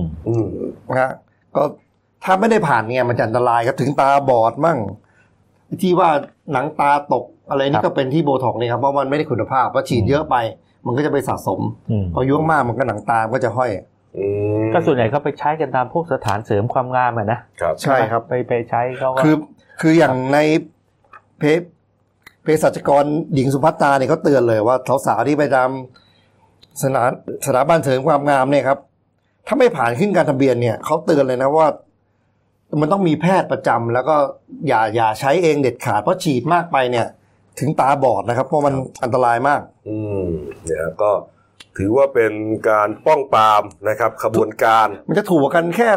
นะก็ถ้าไม่ได้ผ่านเนี่ยมันจะอันตรายครับถึงตาบอดมั่งที่ว่าหนังตาตกอะไรนี่ก็เป็นที่โบท็อกนี่ครับเพราะมันไม่ได้คุณภาพเพราะฉีดเยอะไปมันก็จะไปสะสมพอยุ่งมากมันก็หนังตาก็จะห้อยก็ส่วนใหญ่เขาไปใช้กันตามพวกสถานเสริมความงามนะครับใช่ครับไปใช้เขาคืออย่างในเภสัชกรหญิงสุภัตตาเนี่ยเขาเตือนเลยว่าสาวๆที่ไปตามสถาบันเสริมความงามเนี่ยครับถ้าไม่ผ่านขึ้นการทะเบียนเนี่ยเขาเตือนเลยนะว่ามันต้องมีแพทย์ประจำแล้วก็อย่าใช้เองเด็ดขาดเพราะฉีดมากไปเนี่ยถึงตาบอดนะครับเพราะมันอันตรายมากเนี่ยก็ถือว่าเป็นการป้องปรามนะครับขบวนการมันจะถูกกันแค่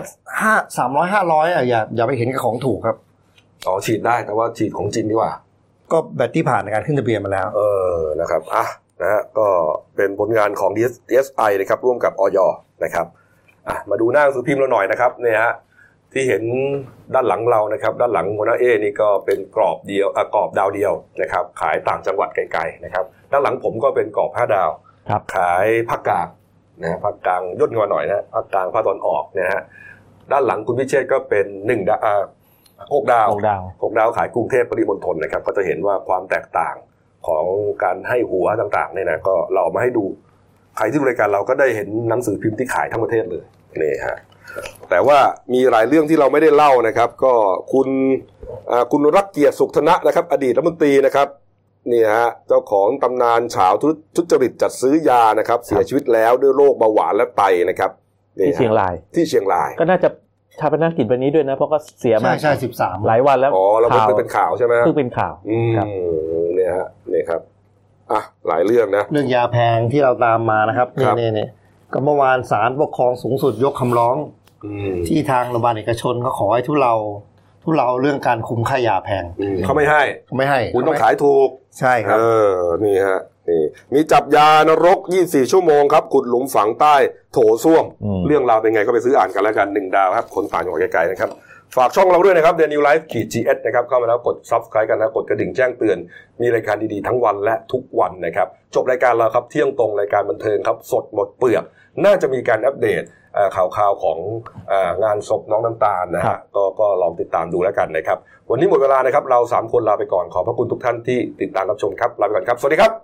300-500อย่าไปเห็นกับของถูกครับฉีดได้แต่ว่าฉีดของจริงดีกว่าก็แบบที่ผ่านในการขึ้นทะเบียนมาแล้วนะครับนะฮะก็เป็นผลงานของ DSI นะครับร่วมกับอย.นะครับมาดูหน้าหนังสือพิมพ์เราหน่อยนะครับเนี่ยฮะที่เห็นด้านหลังเรานะครับด้านหลังหัวหน้านี่ก็เป็นกรอบเดียวกรอบดาวเดียวนะครับขายต่างจังหวัดไกลๆนะครับด้านหลังผมก็เป็นกรอบ5ดาวขายภาคกลางนะภาคกลางย่นกว่าหน่อยนะภาคกลางภาคตะวันออกนะฮะด้านหลังคุณพิเชษก็เป็น1ดาว6ดาวขายกรุงเทพปริมณฑลนะครับก็จะเห็นว่าความแตกต่างของการให้หัวต่างๆเนี่ยนะก็เราเอามาให้ดูใครที่ดูรายการเราก็ได้เห็นหนังสือพิมพ์ที่ขายทั้งประเทศเลยนี่ฮะแต่ว่ามีหลายเรื่องที่เราไม่ได้เล่านะครับก็คุณรักเกียรติสุขธนะนะครับอดีตรัฐมนตรีนะครับนี่ฮะเจ้าของตำนานฉาวทุจริตจัดซื้อยานะครับเสียชีวิตแล้วด้วยโรคเบาหวานและไตนะครับที่เชียงรายก็น่าจะชาปนกิจวันนี้ด้วยนะเพราะก็เสียมาใช่13 หลายวันแล้วเราเพิ่งเป็นข่าวใช่ไหมเพิ่งเป็นข่าวครับเนี่ยฮะนี่ครับหลายเรื่องนะเรื่องยาแพงที่เราตามมานะครับนี่ก็เมื่อวานศาลปกครองสูงสุดยกคำร้องที่ทางโรงพยาบาลเอกชนเขาขอให้ทุเลาเรื่องการคุมค่ายาแพงเขาไม่ให้คุณต้องขายถูกใช่ครับนี่ฮะนี่มีจับยานรก24ชั่วโมงครับขุดหลุมฝังใต้โถส้วมเรื่องราวเป็นไงก็ไปซื้ออ่านกันแล้วกัน1ดาวครับคนต่างจังหวัดไกลๆนะครับฝากช่องเราด้วยนะครับ The New Life /GS นะครับเข้ามาแล้วกด Subscribe กันนะกดกระดิ่งแจ้งเตือนมีรายการดีๆทั้งวันและทุกวันนะครับจบรายการเราครับเที่ยงตรงรายการบันเทิงครับสดหมดเปลือกน่าจะมีการอัปเดตข่าวของงานศพน้องน้ำตาลนะฮะก็ลองติดตามดูแล้วกันนะครับวันนี้หมดเวลานะครับเรา3คนลาไปก่อนขอบพระคุณทุกท่านที่ติดตามรับชมครับลาไปก่อนครับสวัสดีครับ